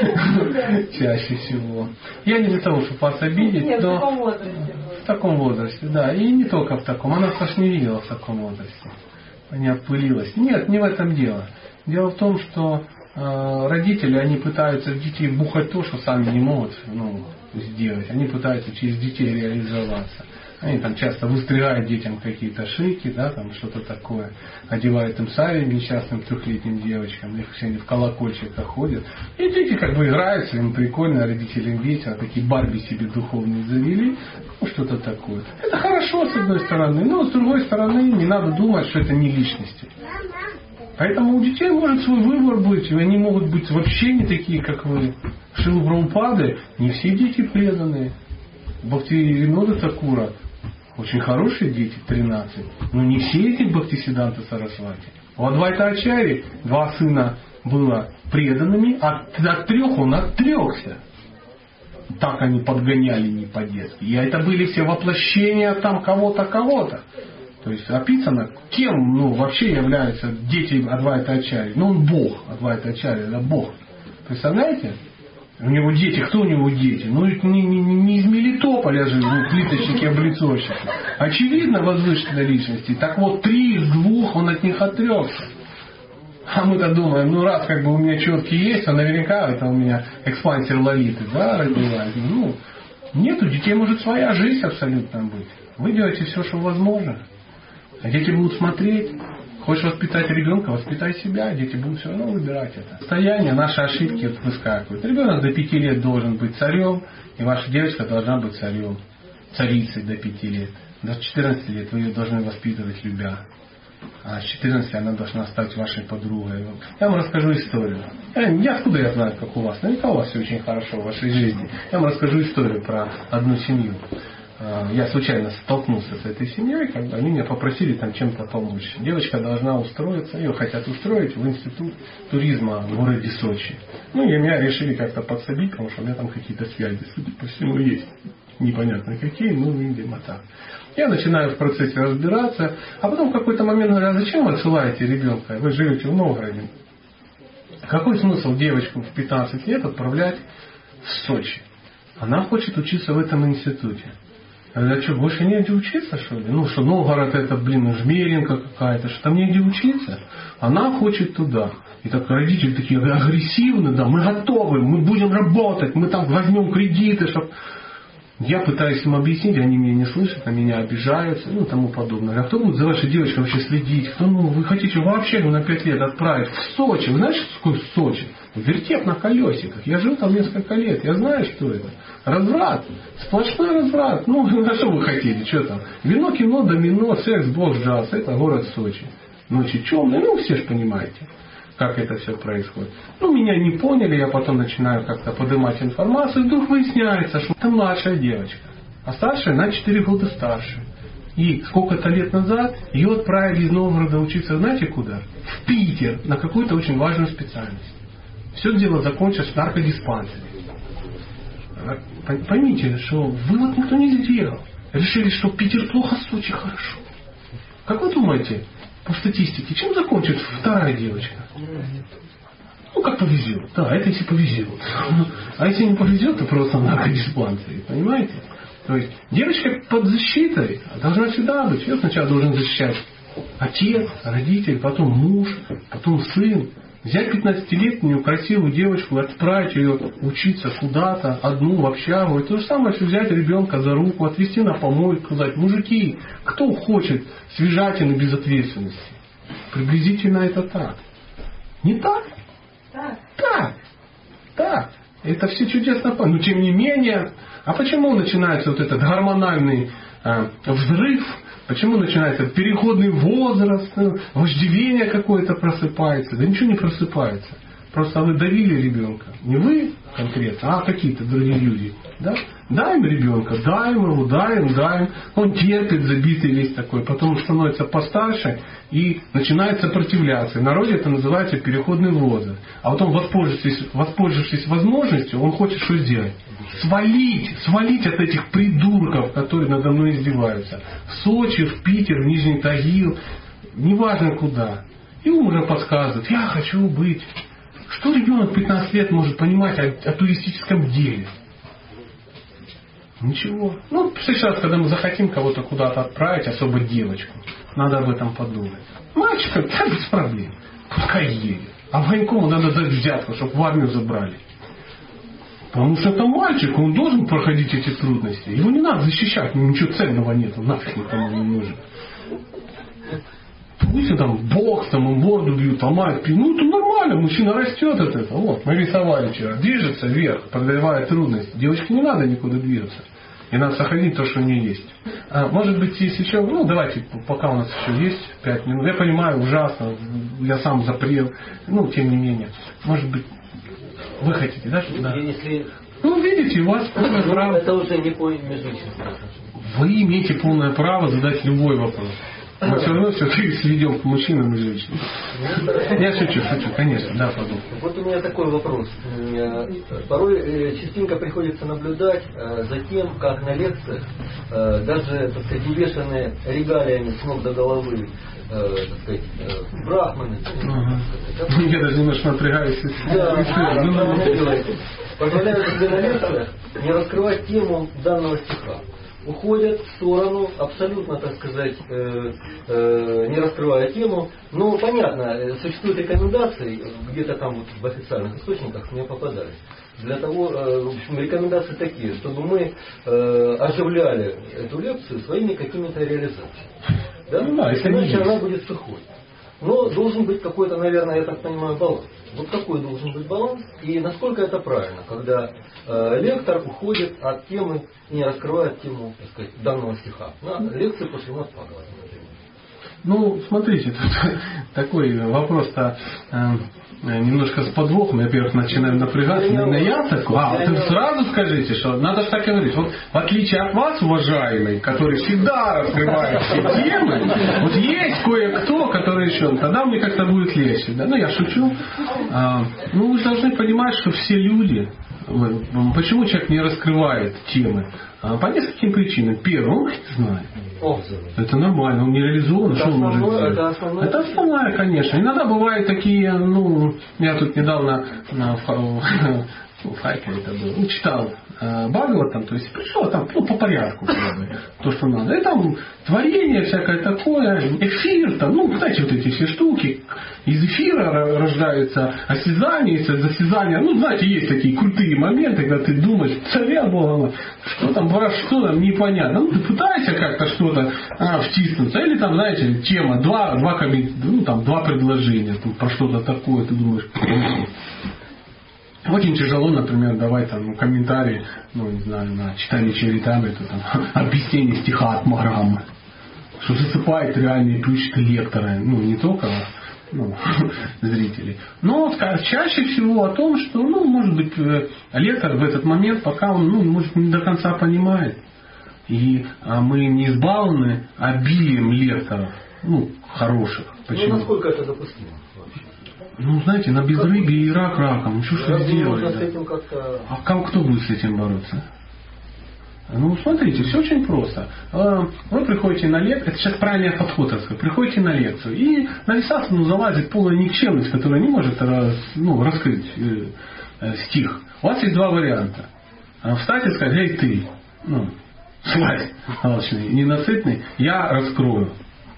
Чаще всего. Я не для того, чтобы вас обидеть, Нет, но в таком возрасте. в таком возрасте, да. И не только в таком. Она Саш не видела в таком возрасте. Не опылилась. Нет, не в этом дело. Дело в том, что э, родители, они пытаются в детей бухать то, что сами не могут ну, сделать. Они пытаются через детей реализоваться. Они там часто выстригают детям какие-то шейки, да, там что-то такое, одевают им сари несчастным трехлетним девочкам, их все они в колокольчиках ходят. И дети как бы играются, им прикольно, родителям весело, такие Барби себе духовные завели, ну что-то такое. Это хорошо с одной стороны, но с другой стороны не надо думать, что это не личности. Поэтому у детей может свой выбор быть, и они могут быть вообще не такие, как вы. Шрила Прабхупады, не все дети преданные. Бхактивинода Тхакура очень хорошие дети, тринадцать. Но не все эти Бхактисиддханта Сарасвати. У Адвайта Ачарьи два сына было преданными, а от трех он отрекся. Так они подгоняли не по-детски. И это были все воплощения там кого-то, кого-то. То есть описано, кем ну, вообще являются дети Адвайта Ачарьи. Ну он Бог, Адвайта Ачарьи, это Бог. Представляете? У него дети, кто у него дети? Ну не, не, не из Мелитополя же, ну, плиточники-облицовщики. Очевидно, возвышенной личности. Так вот, три из двух он от них отрекся. А мы-то думаем, ну раз как бы у меня четки есть, а наверняка это у меня экспансер Лолиты, да, родилась. Ну, нет, у детей может своя жизнь абсолютно быть. Вы делаете все, что возможно. А дети будут смотреть. Хочешь воспитать ребенка, воспитай себя. Дети будут все равно выбирать это. Состояние, наши ошибки вот выскакивают. Ребенок до пяти лет должен быть царем, и ваша девочка должна быть царем. Царицей до пяти лет. До четырнадцати лет вы ее должны воспитывать, любя. А с четырнадцати она должна стать вашей подругой. Я вам расскажу историю. Я, откуда я знаю, как у вас? Наверняка у вас все очень хорошо в вашей жизни. Я вам расскажу историю про одну семью. Я случайно столкнулся с этой семьей, как бы они меня попросили там чем-то помочь. Девочка должна устроиться, ее хотят устроить в институт туризма в городе Сочи. Ну и меня решили как-то подсобить, потому что у меня там какие-то связи, судя по всему, есть. Непонятно какие, ну, видимо, так. Я начинаю в процессе разбираться, а потом в какой-то момент говорю, а зачем вы отсылаете ребенка? Вы живете в Новгороде. Какой смысл девочку в пятнадцать лет отправлять в Сочи? Она хочет учиться в этом институте. Я говорю, а что, больше негде учиться, что ли? Ну, что Новгород это, блин, жмеренка какая-то, что там негде учиться? Она хочет туда. И так родители такие агрессивные, да, мы готовы, мы будем работать, мы там возьмем кредиты, чтобы... Я пытаюсь им объяснить, они меня не слышат, на меня обижаются, ну, тому подобное. А кто будет за вашей девочкой вообще следить? Кто, ну, вы хотите вообще ну, на пять лет отправить в Сочи? Вы знаете, что такое Сочи? Вертеп на колесиках. Я жил там несколько лет, я знаю, что это. Разврат. Сплошной разврат. Ну, на что вы хотите? Что там? Вино, кино, домино, секс, бокс, джаз. Это город Сочи. Ночи темные, ну, все же понимаете, как это все происходит. Ну, меня не поняли, я потом начинаю как-то поднимать информацию, и вдруг выясняется, что это младшая девочка, а старшая на четыре года старше. И сколько-то лет назад ее отправили из Новгорода учиться, знаете куда? В Питер, на какую-то очень важную специальность. Все дело закончилось в наркодиспансере. Поймите, что вывод никто не сделал. Решили, что Питер плохо, Сочи хорошо. Как вы думаете, по статистике, чем закончит вторая девочка? Ну, как повезет. Да, это если повезет. А если не повезет, то просто на наркодиспансере. Понимаете? То есть девочка под защитой должна всегда быть. Ее сначала должен защищать отец, родитель, потом муж, потом сын. Взять пятнадцатилетнюю красивую девочку, отправить ее учиться куда-то, одну в общагу. И то же самое, что взять ребенка за руку, отвезти на помойку, сказать, мужики, кто хочет свежатины без ответственности? Приблизительно это так. Не так? Так. Так. Так. Это все чудесно. Но тем не менее, а почему начинается вот этот гормональный э, взрыв? Почему начинается переходный возраст, вожделение какое-то просыпается? Да ничего не просыпается. Просто вы давили ребенка. Не вы конкретно, а какие-то другие люди. Да? Даем ребенка, даем его, даем, даем. Он терпит, забитый весь такой. Потом становится постарше и начинает сопротивляться. В народе это называется переходный возраст. А потом, воспользовавшись, воспользовавшись возможностью, он хочет что сделать? Свалить, свалить от этих придурков, которые надо мной издеваются. В Сочи, в Питер, в Нижний Тагил, неважно куда. И ум уже подсказывает, я хочу быть. Что ребенок пятнадцать лет может понимать о, о туристическом деле? Ничего. Ну, сейчас, когда мы захотим кого-то куда-то отправить, особо девочку, надо об этом подумать. Мальчика, да, без проблем. Пускай едет. А военкому надо дать взятку, чтобы в армию забрали. Потому что это мальчик, он должен проходить эти трудности. Его не надо защищать, ничего ценного нету, нафиг никому не нужен. Пусть там бокс, там он морду бьют, ломают, ну это нормально, мужчина растет от этого. Вот, мы рисовали вчера, движется вверх, преодолевая трудности. Девочке не надо никуда двигаться. И надо сохранить то, что у нее есть. А, может быть, есть еще, ну давайте, пока у нас еще есть пять минут. Я понимаю, ужасно, я сам запрел, ну тем не менее. Может быть, вы хотите, да? Что, да. Если... Ну, видите, у вас полное ну, право. Это уже не по межличным. Вы имеете полное право задать любой вопрос. Мы все равно все-таки сведем к мужчинам и женщинам. Я шучу, шучу, конечно, да, пожалуйста. Вот у меня такой вопрос. Порой частенько приходится наблюдать за тем, как на лекциях, даже, так сказать, увешанные регалиями с ног до головы, так сказать, брахманы. Ага. Я даже немножко напрягаюсь. Да, позволяют себе на лекциях не раскрывать тему данного стиха. Уходят в сторону, абсолютно, так сказать, э, э, не раскрывая тему. Но понятно, существуют рекомендации, где-то там вот в официальных источниках мне попадались. Для того, э, в общем, рекомендации такие, чтобы мы э, оживляли эту лекцию своими какими-то реализациями. Да? Ну, да, иначе она будет сухой. Но должен быть какой-то, наверное, я так понимаю, баланс. Вот какой должен быть баланс и насколько это правильно, когда э, лектор уходит от темы и не раскрывает тему, так сказать, данного стиха. На лекции после нас Бхагавата, например. Ну, смотрите, тут такой вопрос-то э, немножко с подвохом. Я, во-первых, начинаю напрягаться. Именно я такой. А, ты сразу скажите, что надо же так и говорить. Вот в отличие от вас, уважаемый, который всегда раскрывает все темы, вот есть кое-кто, который еще, тогда мне как-то будет легче. Да? Ну, я шучу. А, ну, вы должны понимать, что все люди, почему человек не раскрывает темы? А, по нескольким причинам. Первое, он их не знает. О, это нормально, он не реализован, это что он может сделать? Это основное, это основное, конечно. Иногда бывают такие, ну, я тут недавно на, в Хайкере это было, читал э, Бхагаватам, то есть пришел там, ну, по порядку, как бы, то, что надо. И там творение всякое такое, эфир, там, ну, знаете, вот эти все штуки, из эфира рождаются осязания, из осязания, ну, знаете, есть такие крутые моменты, когда ты думаешь, царя Бога, что там, что там, непонятно. Ну, ты пытаешься как-то что-то а, втиснуться, или там, знаете, тема, два, два, ну, там, два предложения, там, про что-то такое, ты думаешь, очень тяжело, например, давать там комментарии, ну, не знаю, на читание Чаритамриты, там, объяснение стиха от Марамы, что засыпает реальные ключики лектора, ну, не только ну, зрителей. Но чаще всего о том, что, ну, может быть, лектор в этот момент, пока он, ну, может, не до конца понимает, и а мы не избалованы обилием лекторов, ну, хороших. Почему? Ну, насколько это допустимо? Ну, знаете, на безрыбье и рак раком. Ну, что ж вы сделали? Да? А как, кто будет с этим бороться? Ну, смотрите, все очень просто. Вы приходите на лекцию, это сейчас правильный подход, так сказать, приходите на лекцию, и на Висасану залазит полная никчемность, которая не может раз, ну, раскрыть э, стих. У вас есть два варианта. Встать и сказать, эй, ты, ну, слазь, алчный, ненасытный, я раскрою.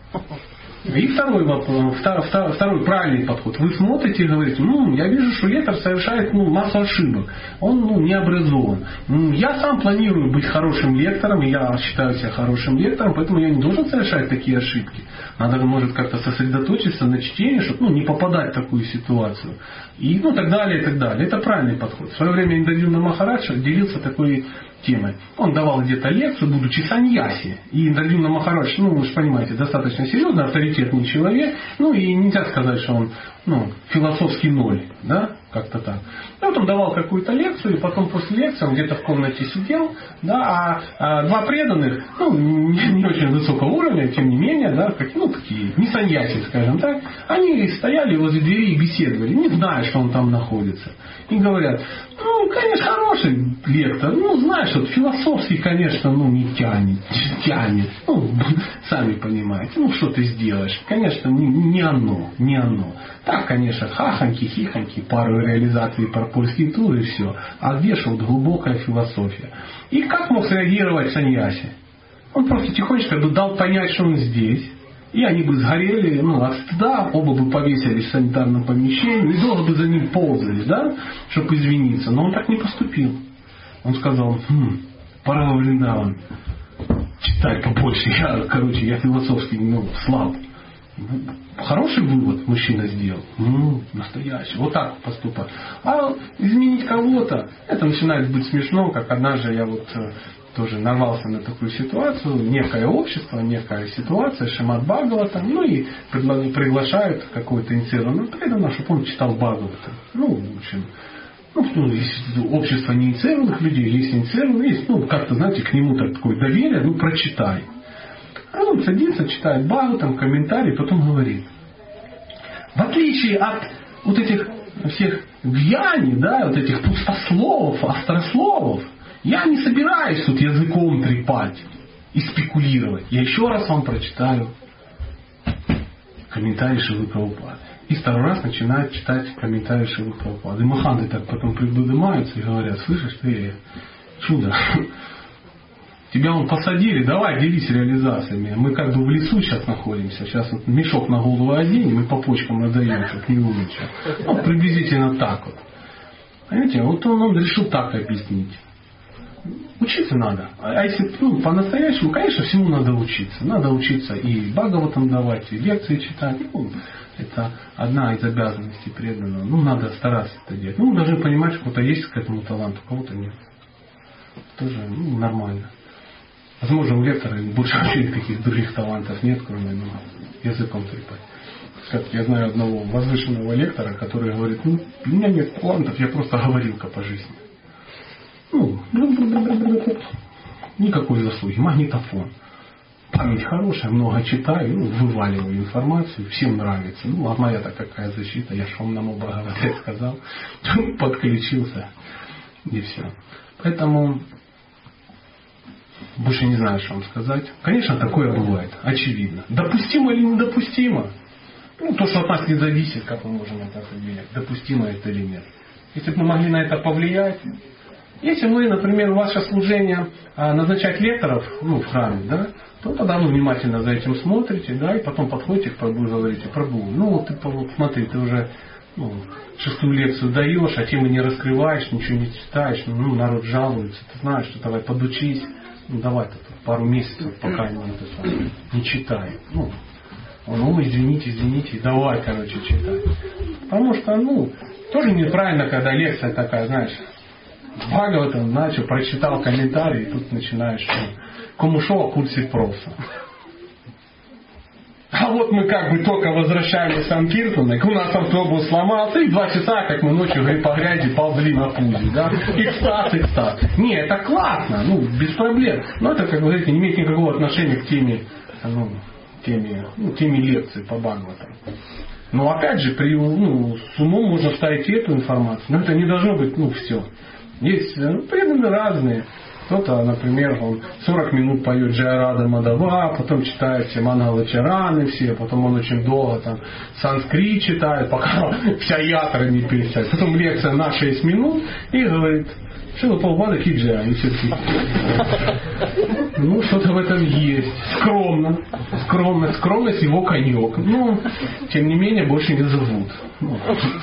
И второй вопрос, второй, второй правильный подход. Вы смотрите и говорите, ну, я вижу, что лектор совершает ну, массу ошибок. Он ну, не образован. Я сам планирую быть хорошим лектором, и я считаю себя хорошим лектором, поэтому я не должен совершать такие ошибки. Надо, может, как-то сосредоточиться на чтении, чтобы ну, не попадать в такую ситуацию. И ну, так далее, и так далее. Это правильный подход. В свое время Индрадьюмна Махарадж делился такой темой. Он давал где-то лекцию, будучи саньяси. И Индрадьюмна Махарадж, ну, вы же понимаете, достаточно серьезный, авторитетный человек. Ну, и нельзя сказать, что он ну, философский ноль. Да? Как-то так. И вот он давал какую-то лекцию, и потом после лекции он где-то в комнате сидел, да, а, а два преданных, ну, не, не очень высокого уровня, тем не менее, да, как, ну, такие, не саньяси, скажем так, они стояли возле двери и беседовали, не зная, что он там находится. И говорят, ну, конечно, хороший лектор, ну, знаешь, вот философский, конечно, ну, не тянет, тянет, ну, сами понимаете, ну, что ты сделаешь, конечно, не, не оно, не оно. Так, конечно, хахоньки, хихоньки, пару реализаций про польский тур и все. А где же вот глубокая философия? И как мог среагировать саньяси? Он просто тихонечко бы дал понять, что он здесь. И они бы сгорели ну, от стыда, оба бы повесились в санитарном помещении и долго бы за ним ползали, да, чтобы извиниться. Но он так не поступил. Он сказал, хм, пора во Вриндаван читать побольше. Я, короче, я философский ну, слаб. Хороший вывод мужчина сделал. Ну, настоящий. Вот так поступать. А изменить кого-то, это начинает быть смешно, как однажды я вот тоже нарвался на такую ситуацию, некое общество, некая ситуация, Шримад Бхагаватам, ну и пригла- приглашают какого-то инициированного преданного, чтобы он читал Бхагаватам. Ну, в общем, ну, есть общество неинициированных людей, есть инициированные, есть, ну, как-то, знаете, к нему так такое доверие, ну, прочитай. А он садится, читает Бхагаватам, комментарий, потом говорит: в отличие от вот этих всех гьяни, да, вот этих пустословов, острословов, я не собираюсь тут языком трепать и спекулировать. Я еще раз вам прочитаю комментарий Шрилы Прабхупады. И второй раз начинает читать комментарий Шрилы Прабхупады. И маханты так потом приподнимаются и говорят: слышишь, ты чудо, тебя вон посадили, давай делись реализациями. Мы как бы в лесу сейчас находимся. Сейчас вот мешок на голову оденем и по почкам раздаем, как не умнича. Ну, приблизительно так вот. Понимаете, вот он, он решил так объяснить. Учиться надо. А если ну, по-настоящему, конечно, всему надо учиться. Надо учиться и Бхагаватам давать, и лекции читать. Ну, это одна из обязанностей преданного. Ну, надо стараться это делать. Ну, мы должны понимать, что у кого-то есть к этому талант, у кого-то нет. Тоже ну, нормально. Возможно, у лектора больше вообще никаких других талантов нет, кроме ну, языком трепать. Как я знаю одного возвышенного лектора, который говорит: ну, у меня нет талантов, я просто говорилка по жизни. Ну, никакой заслуги. Магнитофон. Память хорошая, много читаю, ну, вываливаю информацию, всем нравится. Ну, а моя-то какая защита, я ж вам на Бхагавате сказал. Подключился. И все. Поэтому больше не знаю, что вам сказать. Конечно, такое бывает. Очевидно. Допустимо или недопустимо? Ну, то, что от нас не зависит, как мы можем это определять. Допустимо это или нет. Если бы мы могли на это повлиять. Если вы, например, ваше служение а, назначать лекторов ну, в храме, да, то тогда вы внимательно за этим смотрите, да, и потом подходите к Прабху и говорите: Прабху, ну вот ты смотри, ты уже ну, шестую лекцию даешь, а темы не раскрываешь, ничего не читаешь, ну, народ жалуется, ты знаешь, что давай подучись, ну давай тут пару месяцев, пока не, это, не читай. Ну, ну, извините, извините, давай, короче, читай. Потому что, ну, тоже неправильно, когда лекция такая, знаешь, Бхагаватам начал, прочитал комментарий, и тут начинаешь, что кому шо о курсе проса. А вот мы как бы только возвращаемся с Анкиртана, у нас автобус сломался, и два часа, как мы ночью по грязи ползли на пузе, да, экстаз, экстаз. Не, это классно, ну, без проблем. Но это, как вы говорите, не имеет никакого отношения к теме, ну, теме, ну, теме лекции по Бхагаватам. Но опять же, при, ну, с умом можно вставить эту информацию, но это не должно быть, ну, все. Есть ну, преданные разные. Кто-то, например, он сорок минут поет Джайарада Мадава, потом читает все Мангала Чараны все, потом он очень долго там санскрит читает, пока вся ятра не пересядет. Потом лекция на шесть минут и говорит: Шрила Прабхупада ки джай, и все такие. Ну, что-то в этом есть. Скромно. Скромно. Скромность его конек. Ну, тем не менее, больше не зовут. Ну.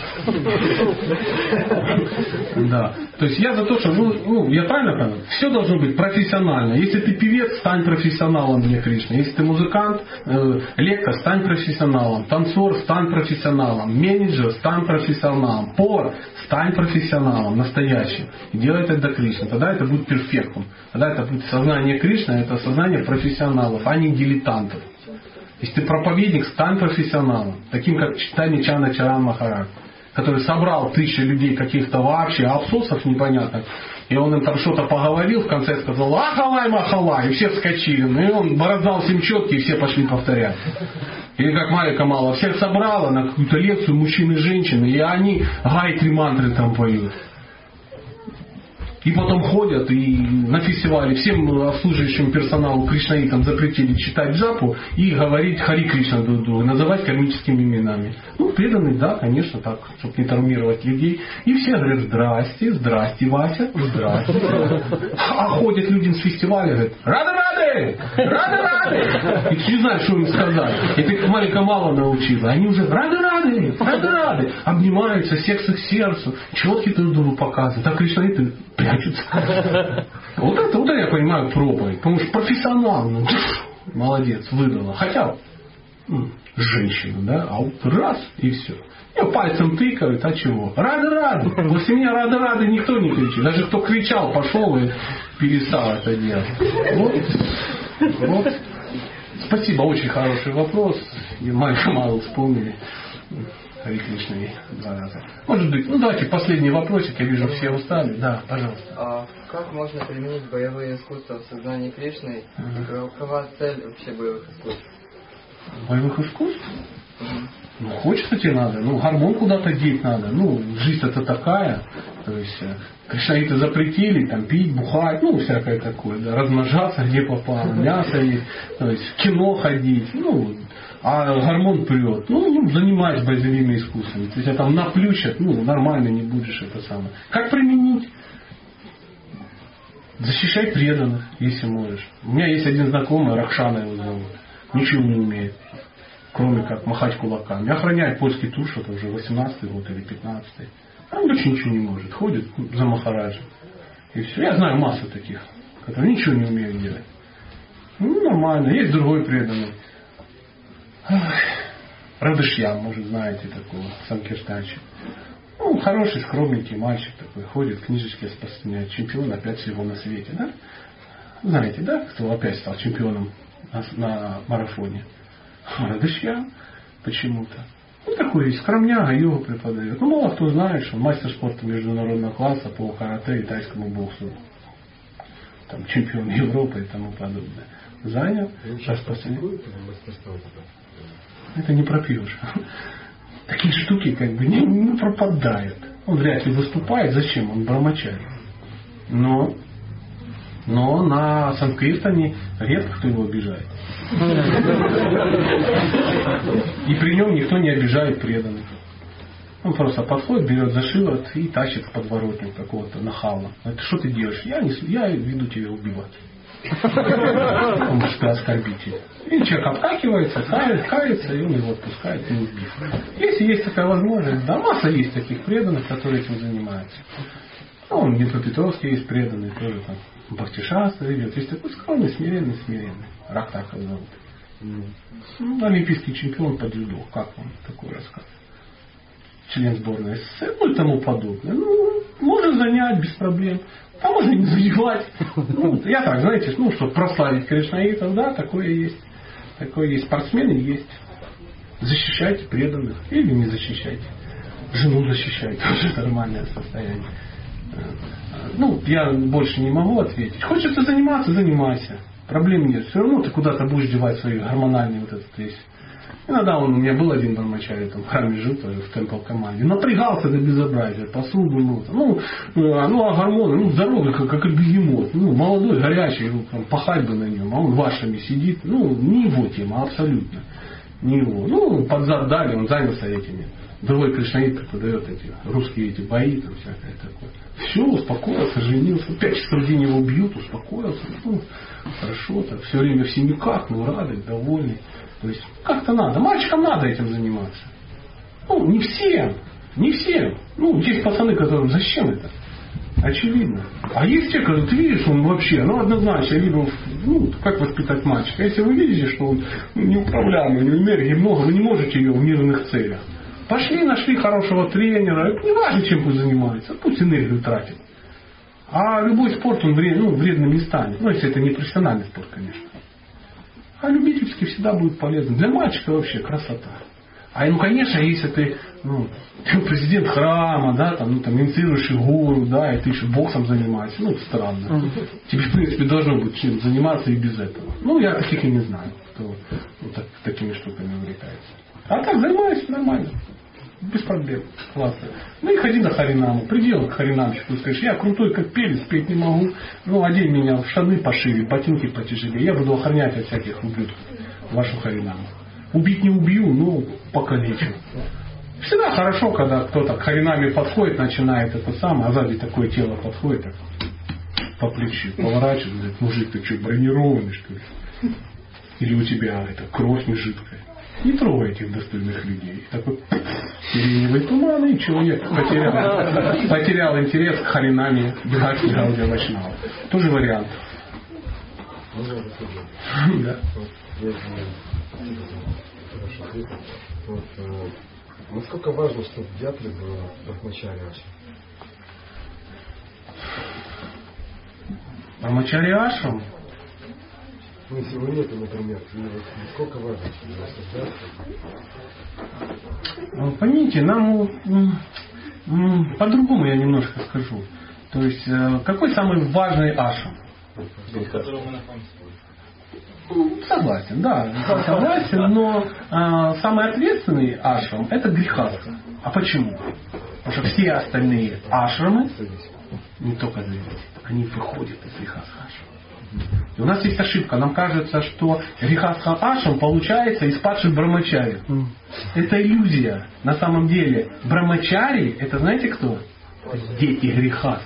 Да. То есть я за то, что, ну, ну, я правильно понял? Все должно быть профессионально. Если ты певец, стань профессионалом для Кришны. Если ты музыкант, э, лектор, стань профессионалом. Танцор, стань профессионалом. Менеджер, стань профессионалом. Повар, стань профессионалом настоящим. И делай это для Кришны. Тогда это будет перфектум. Тогда это будет сознание Кришны, это сознание профессионалов, а не дилетантов. Если ты проповедник, стань профессионалом. Таким, как Чайтанья Чанда Чаран Махарадж, который собрал тысячи людей каких-то вообще абсосов непонятных. И он им там что-то поговорил, в конце сказал: ахалай, махалай, и все вскочили. И он бороздал всем четки, и все пошли повторять. Или как Мария Камала, всех собрала на какую-то лекцию мужчин и женщин, и они гайатри мантры там поют. И потом ходят и на фестивале всем обслуживающим персоналу кришнаитам запретили читать джапу и говорить Хари Кришна друг другу, называть кармическими именами. Ну, преданный, да, конечно, так, чтобы не травмировать людей. И все говорят: здрасте, здрасте, Вася, здрасте. А ходят люди с фестиваля, говорят: рады-рады, рады-рады. И ты не знаешь, что им сказать. И ты маленько мало научила. Они уже рады-рады, рады-рады. Обнимаются, секс их сердцу, четки друг другу показывают. А кришнаиты прячутся. Вот это, вот это я понимаю проповедь. Потому что профессионал, ну, молодец, выдала. Хотя ну, женщина, да, а вот раз и все. И пальцем тыкают, а чего? Рады-рады. После меня рады-рады никто не кричит. Даже кто кричал, пошел и перестал это делать. Вот. Вот. Спасибо, очень хороший вопрос. И мало вспомнили. Харе Кришна два раза. Может быть, ну давайте последний вопросик, я вижу, все устали. Да, пожалуйста. А как можно применить боевые искусства в сознании Кришны? И какова цель вообще боевых искусств? Боевых искусств? Ну, хочется тебе надо, ну, гормон куда-то деть надо. Ну, жизнь-то такая. То есть, кришнаиты запретили, там, пить, бухать, ну, всякое такое, да, размножаться, где попало, мясо есть, то есть, в кино ходить, ну, а гормон прет. Ну, ну занимайся боевыми искусствами. То есть, тебя там наплющат, ну, нормально не будешь это самое. Как применить? Защищай преданных, если можешь. У меня есть один знакомый, Рахшана его зовут. Ничего не умеет, кроме как махать кулаками. Охраняет польский тур, что-то уже восемнадцатый год или пятнадцатый. А он больше ничего не может. Ходит за Махараджем. И все. Я знаю массу таких, которые ничего не умеют делать. Ну, нормально. Есть другой преданный. Радышьям, может, знаете такого, Санкиртача. Ну, хороший, скромненький мальчик такой. Ходит, книжечки распространяет. Чемпион опять всего на свете, да? Знаете, да, кто опять стал чемпионом на, на марафоне? Радышьям почему-то. Ну, такой скромняга, йогу преподает. Ну, мало кто знает, что он мастер спорта международного класса по карате и тайскому боксу. Там, чемпион Европы и тому подобное. Занял. Распространяет. Это не пропьешь. Такие штуки как бы не, не пропадают. Он вряд ли выступает. Зачем? Он брамачари. Но, но на Санкиртане редко кто его обижает. И при нем никто не обижает преданных. Он просто подходит, берет за шиворот и тащит в подворотню какого-то нахала. Говорит, что ты делаешь? Я, не, я веду тебя убивать. Он что оскорбитель. И человек обкакивается, кается, кается, и он его отпускает, не убив. Если есть такая возможность, да, масса есть таких преданных, которые этим занимаются. Ну, он в Днепропетровске есть преданный, тоже там Бхактишастра идет. Есть такой скромный, смиренный, смиренный. Рахтака зовут. Ну, олимпийский чемпион по дзюдо. Как вам такой рассказ? Член сборной СССР, ну и тому подобное. Ну, можно занять без проблем. А можно не задевать. Ну, я так, знаете, ну, чтобы прославить кришнаитов, да, такое есть. Такое есть. Спортсмены есть. Защищайте преданных. Или не защищайте. Жену защищайте. Тоже нормальное состояние. Ну, я больше не могу ответить. Хочется заниматься, занимайся. Проблем нет. Все равно ты куда-то будешь девать свои гормональные вот этот весь. Иногда он, у меня был один бармачари, там в храме жил, тоже в темпл команде. Напрягался до безобразия, посуду мыл. Ну, ну, а гормоны, ну, здоровый, как, как бегемот. Ну, молодой, горячий, ну, там, пахать бы на нем. А он вашими сидит. Ну, не его тема, абсолютно. Не его. Ну, под зад дали, он занялся этими. Другой кришнаит преподает эти русские эти бои, там всякое такое. Все, успокоился, женился. Пять часов в день его бьют, успокоился. Ну, хорошо, так все время в синяках, ну, радый, довольный. То есть, как-то надо. Мальчикам надо этим заниматься. Ну, не всем. Не всем. Ну, есть пацаны, которым зачем это? Очевидно. А есть те, которые ты видишь, он вообще, ну, однозначно, либо, ну, как воспитать мальчика. Если вы видите, что он неуправляемый, у него энергии много, вы не можете ее в мирных целях. Пошли, нашли хорошего тренера. Не важно, чем пусть занимается. Пусть энергию тратит. А любой спорт, он вред, ну, вредным не станет. Ну, если это не профессиональный спорт, конечно. А любительский всегда будет полезен. Для мальчика вообще красота. А ну, конечно, если ты, ну, ты президент храма, да, там, ну, там, инициирующий гуру, да, и ты еще боксом занимаешься, ну, странно. Тебе, в принципе, должно быть чем заниматься и без этого. Ну, я таких и не знаю, кто ну, так, такими штуками увлекается. А так, занимаюсь нормально. Без проблем. Классно. Ну и ходи на харинаму. Приди к харинамщику и скажешь, я крутой, как перец, петь не могу. Ну, одень меня в штаны пошире, ботинки потяжелее. Я буду охранять от всяких ублюдков вашу харинаму. Убить не убью, но покалечу. Всегда хорошо, когда кто-то к харинаме подходит, начинает это самое, а сзади такое тело подходит, так, по плечу поворачивает, говорит, мужик, ты что, бронированный, что ли? Или у тебя это кровь не жидкая? Не трогай этих достойных людей. Такой сиреневый туман, и человек потерял, потерял интерес к харинаме Бхакти Гаудия Вайшнава. Тоже вариант. Да. Вот, э, насколько важно, чтобы в Дьятле было брахмачарья вообще? Брамачари ашрам. Ну, если его нету, например, сколько важно да? Поймите, нам по-другому я немножко скажу. То есть, какой самый важный ашрам? В котором мы находимся. Согласен, да, согласен, но а, самый ответственный ашрам это грехастха. А почему? Потому что все остальные ашрамы не только зависят, они выходят из грехастха ашрама. И у нас есть ошибка. Нам кажется, что грехастха ашрам получается из падших брамачари. Это иллюзия. На самом деле брамачари это знаете кто? Дети греха.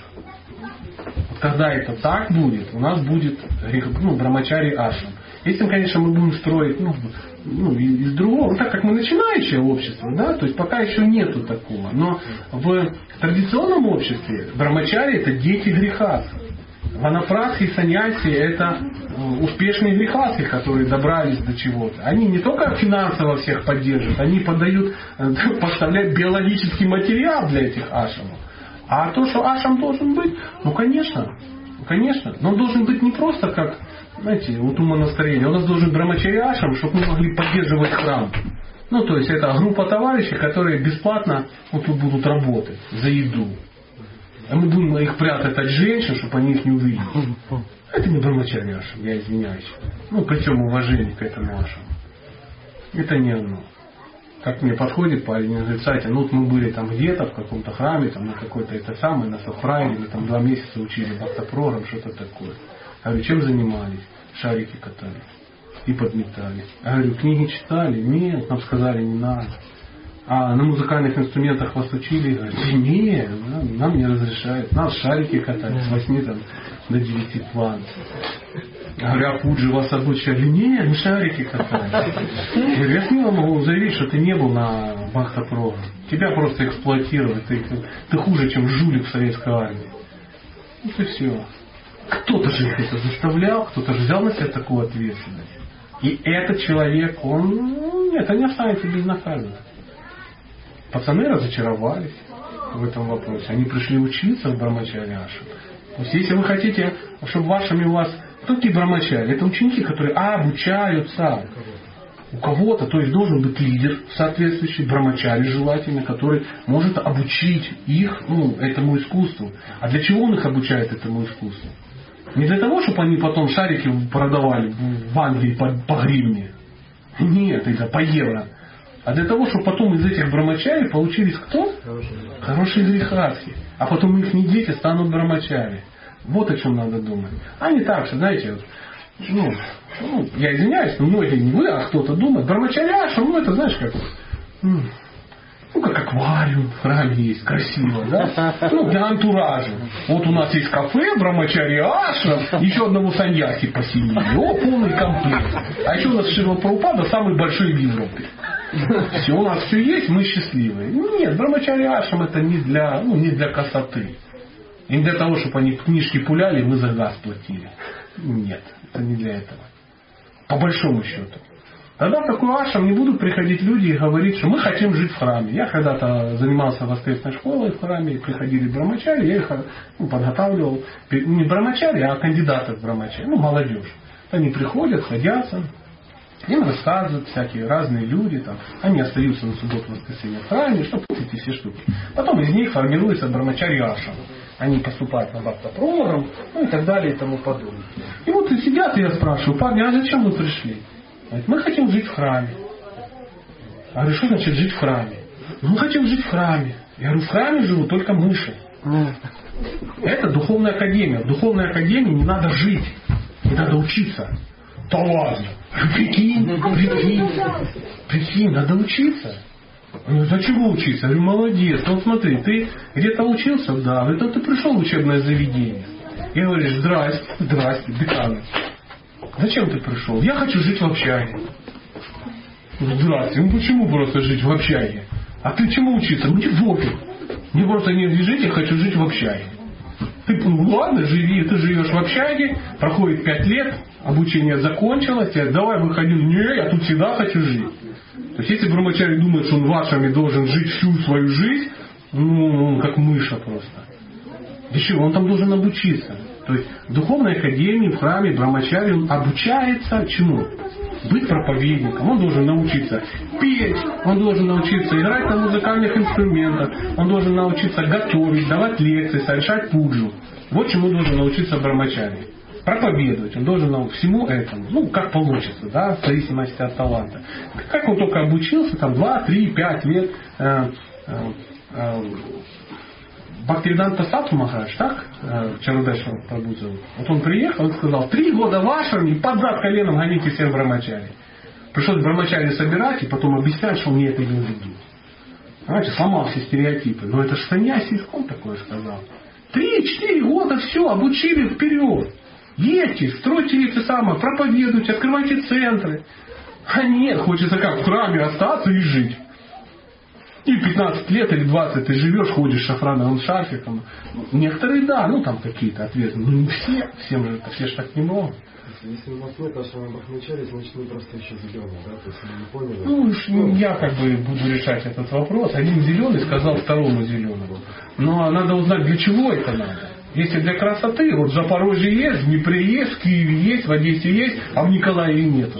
Вот когда это так будет, у нас будет ну, брамачари ашрам. Если, конечно, мы будем строить ну, ну, из другого, ну, так как мы начинающее общество, да, то есть пока еще нету такого. Но в традиционном обществе брамачари это дети греха. Ванапрастхи и саньяси это успешные грехастхи, которые добрались до чего-то. Они не только финансово всех поддерживают, они подают, поставляют биологический материал для этих ашрамов. А то, что ашрам должен быть, ну конечно, конечно, но он должен быть не просто как, знаете, вот умонастроение, у нас должен брамачари ашрам, чтобы мы могли поддерживать храм. Ну, то есть это группа товарищей, которые бесплатно вот тут будут работать за еду. А мы будем их прятать от женщин, чтобы они их не увидели. Это не брамачари ашрам, я извиняюсь. Ну, при всем уважении к этому ашраму. Это не оно. Как мне подходит парень, он говорит, Сатя, ну вот мы были там где-то в каком-то храме, там на какой-то это самое, нас отправили, мы там два месяца учили бхактапрорам, что-то такое. Я говорю, чем занимались? Шарики катали и подметали. Я говорю, книги читали? Нет, нам сказали, не надо. А на музыкальных инструментах вас учили? Говорю, нет, нам не разрешают. Нас шарики катали с восьми там, до девяти план. Я говорю, а Пуджи вас обучали? Нет, мы шарики катали. Я говорю, я смело могу заявить, что ты не был на бхактапрорам. Тебя просто эксплуатировали. Ты, ты хуже, чем жулик в советской армии. Вот и все. Кто-то же их это заставлял, кто-то же взял на себя такую ответственность. И этот человек, он, ну, нет, он не останется безнаказанным. Пацаны разочаровались в этом вопросе. Они пришли учиться в брамачари ашрам. То есть, если вы хотите, чтобы вашими у вас... Кто такие брамачари? Это ученики, которые обучаются. У кого-то, то есть должен быть лидер соответствующий, брамачари желательно, который может обучить их ну, этому искусству. А для чего он их обучает этому искусству? Не для того, чтобы они потом шарики продавали в Англии по, по гривне. Нет, это по евро. А для того, чтобы потом из этих брамачари получились кто? Хорошие грехастхи. А потом их не дети станут брамачари. Вот о чем надо думать. А не так, что, знаете, вот, ну, ну, я извиняюсь, но многие не вы, а кто-то думает, брамачари ашрам, ну это знаешь как, ну как аквариум в храме есть, красиво, да? Ну для антуража. Вот у нас есть кафе, брамачари ашрам, еще одного саньяси поселили. О, полный комплект. А еще у нас Шрила Прабхупада самый большой в Европе. Все, у нас все есть, мы счастливые. Нет, брамачари ашрам это не для, ну, не для красоты. И не для того, чтобы они книжки пуляли, мы за газ платили. Нет, это не для этого. По большому счету. Тогда в такой ашрам не будут приходить люди и говорить, что мы хотим жить в храме. Я когда-то занимался воскресной школой в храме, приходили брамачари, я их ну, подготавливал. Не брамачари, а кандидаты в брамачари, ну молодежь. Они приходят, садятся, им рассказывают всякие разные люди, там, они остаются на субботу-воскресенье в храме, что эти все штуки. Потом из них формируется брамачари ашрам. Они поступают на бхактапрорам, ну и так далее и тому подобное. И вот и сидят, и я спрашиваю, парни, а зачем вы пришли? Говорит, мы хотим жить в храме. Я говорю, что значит жить в храме? Мы хотим жить в храме. Я говорю, в храме живут только мыши. Это духовная академия. В духовной академии не надо жить, не надо учиться. Да ладно. Прикинь, прикинь, прикинь, надо учиться. Ну, зачем учиться? Я говорю, молодец. Вот смотри, ты где-то учился? Да. Это ты пришел в учебное заведение. И говоришь, здрасте, здрасте, декан. Зачем ты пришел? Я хочу жить в общаге. Здрасте, ну почему просто жить в общаге? А ты чему учиться? Мне пофиг. Мне просто не жить, я хочу жить в общаге. Ты, ну ладно, живи, ты живешь в общаге, проходит пять лет, обучение закончилось, я, давай выходи, не, я тут всегда хочу жить. То есть если брамачари думает, что он в ашраме должен жить всю свою жизнь, ну он как мыша просто. Да что, он там должен обучиться. То есть в духовной академии, в храме Брахмачарьи он обучается чему? Быть проповедником. Он должен научиться петь, он должен научиться играть на музыкальных инструментах, он должен научиться готовить, давать лекции, совершать пуджу. Вот чему должен научиться Брахмачарьи. Проповедовать. Он должен научиться всему этому. Ну, как получится, да, в зависимости от таланта. Как он только обучился, там, два, три, пять лет, э, э, э, Бхактивиданта Сатху Махарадж, так? Чарудешвар Прабху зовут. Вот он приехал и сказал, три года в ашраме, под зад коленом гоните всех Брахмачарьи. Пришлось Брахмачарьи собирать и потом объяснять, что мне это не в виду. Знаете, сломал все стереотипы. Но это ж саньяси искон такое сказал. Три-четыре года все, обучили вперед. Едьте, стройте эти самые, проповедуйте, открывайте центры. А нет, хочется как в храме остаться и жить. И пятнадцать лет или двадцать ты живешь, ходишь шафрановым шарфиком. Некоторые да, ну там какие-то ответственные. Но не все. Всем же, все же так не могут. Если у нас нет ашрама Брахмачарьи, значит мы просто еще зеленые, да? То есть мы не поняли. Ну, уж ну, я как бы буду решать этот вопрос. Один зеленый сказал второму зеленому. Но надо узнать, для чего это надо. Если для красоты, вот в Запорожье есть, в Днепре есть, в Киеве есть, в Одессе есть, а в Николаеве нету.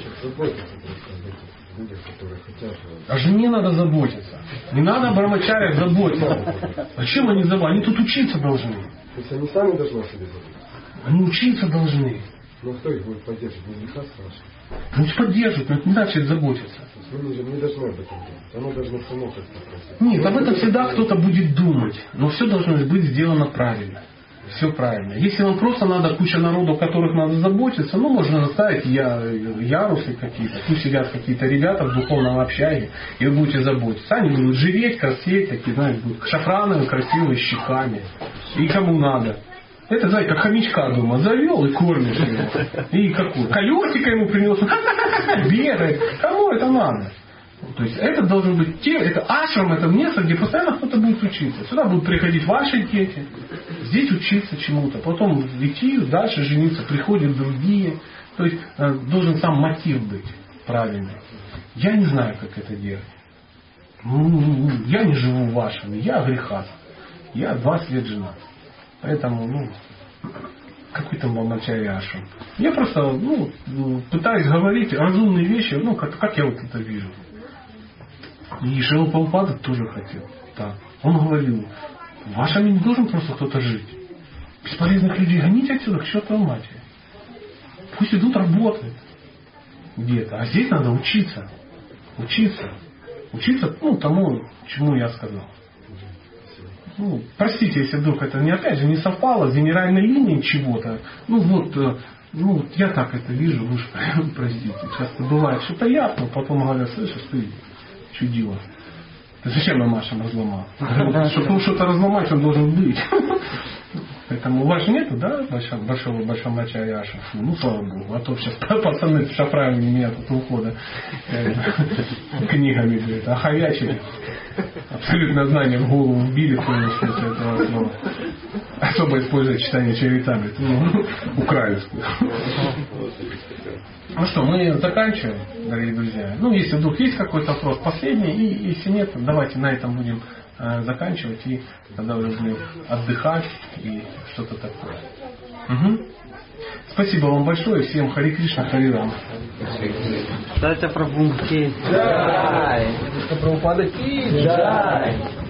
О жене надо заботиться. Не надо о Брахмачарьях заботиться. Зачем они заботятся? Они тут учиться должны. То есть они сами должны о себе заботиться? Они учиться должны. Ну кто их будет поддерживать? Не греха страшно. Пусть поддерживают, но это не значит заботиться. То есть мы не, не должны об этом думать. Оно должно само как-то просто. Нет, об этом всегда кто-то будет думать. Но все должно быть сделано правильно. Все правильно. Если вам просто надо куча народу, о которых надо заботиться, ну, можно наставить я, ярусы какие-то. Пусть сидят какие-то ребята в духовном общаге, и вы будете заботиться. Они будут жиреть, красеть, такие, знаете, будут шафрановые, красивые, щеками. И кому надо. Это, знаете, как хомячка дома завел и кормишь его. И какую? Колесико ему принес, бегает. Кому это надо? То есть это должен быть те, это ашрам, это место, где постоянно кто-то будет учиться. Сюда будут приходить ваши дети, здесь учиться чему-то, потом идти дальше жениться, приходят другие. То есть должен сам мотив быть правильный. Я не знаю, как это делать. Я не живу в ашраме, я грехат. Я двадцать лет женат. Поэтому, ну, какой там Брахмачарьи ашрам. Я просто, ну, пытаюсь говорить разумные вещи, ну, как, как я вот это вижу. И Шрила Прабхупада тоже хотел. Так. Он говорил, в ашраме не должен просто кто-то жить. Бесполезных людей гоните отсюда к чертовой матери. Пусть идут работать где-то. А здесь надо учиться. Учиться. Учиться, ну, тому, чему я сказал. Ну, простите, если вдруг это не, опять же, не совпало с генеральной линией чего-то. Ну, вот, ну, я так это вижу, вы же простите. Часто бывает что-то ясно, потом говорят, слышишь, ты чудило. Ты зачем нам ашрам разломал? Чтобы что-то разломать, он должен быть. Поэтому у вас же нету, да, большого, большого, большого Брахмачарьи ашрама? Ну, слава Богу. А то сейчас пацаны с шафранами меня тут ухода книгами, говорят, оховячили. Абсолютное знание в голову вбили, в смысле этого слова. Особо используя читание чаритамрит, ну, украинскую. Ну что, мы заканчиваем, дорогие друзья. Ну, если вдруг есть какой-то вопрос последний, и если нет, давайте на этом будем э, заканчивать, и тогда уже будем отдыхать и что-то такое. Угу. Спасибо вам большое, всем Хари Кришна, Хари Рама. Дайте Прабху. Джай. Прабхупада ки. Джай.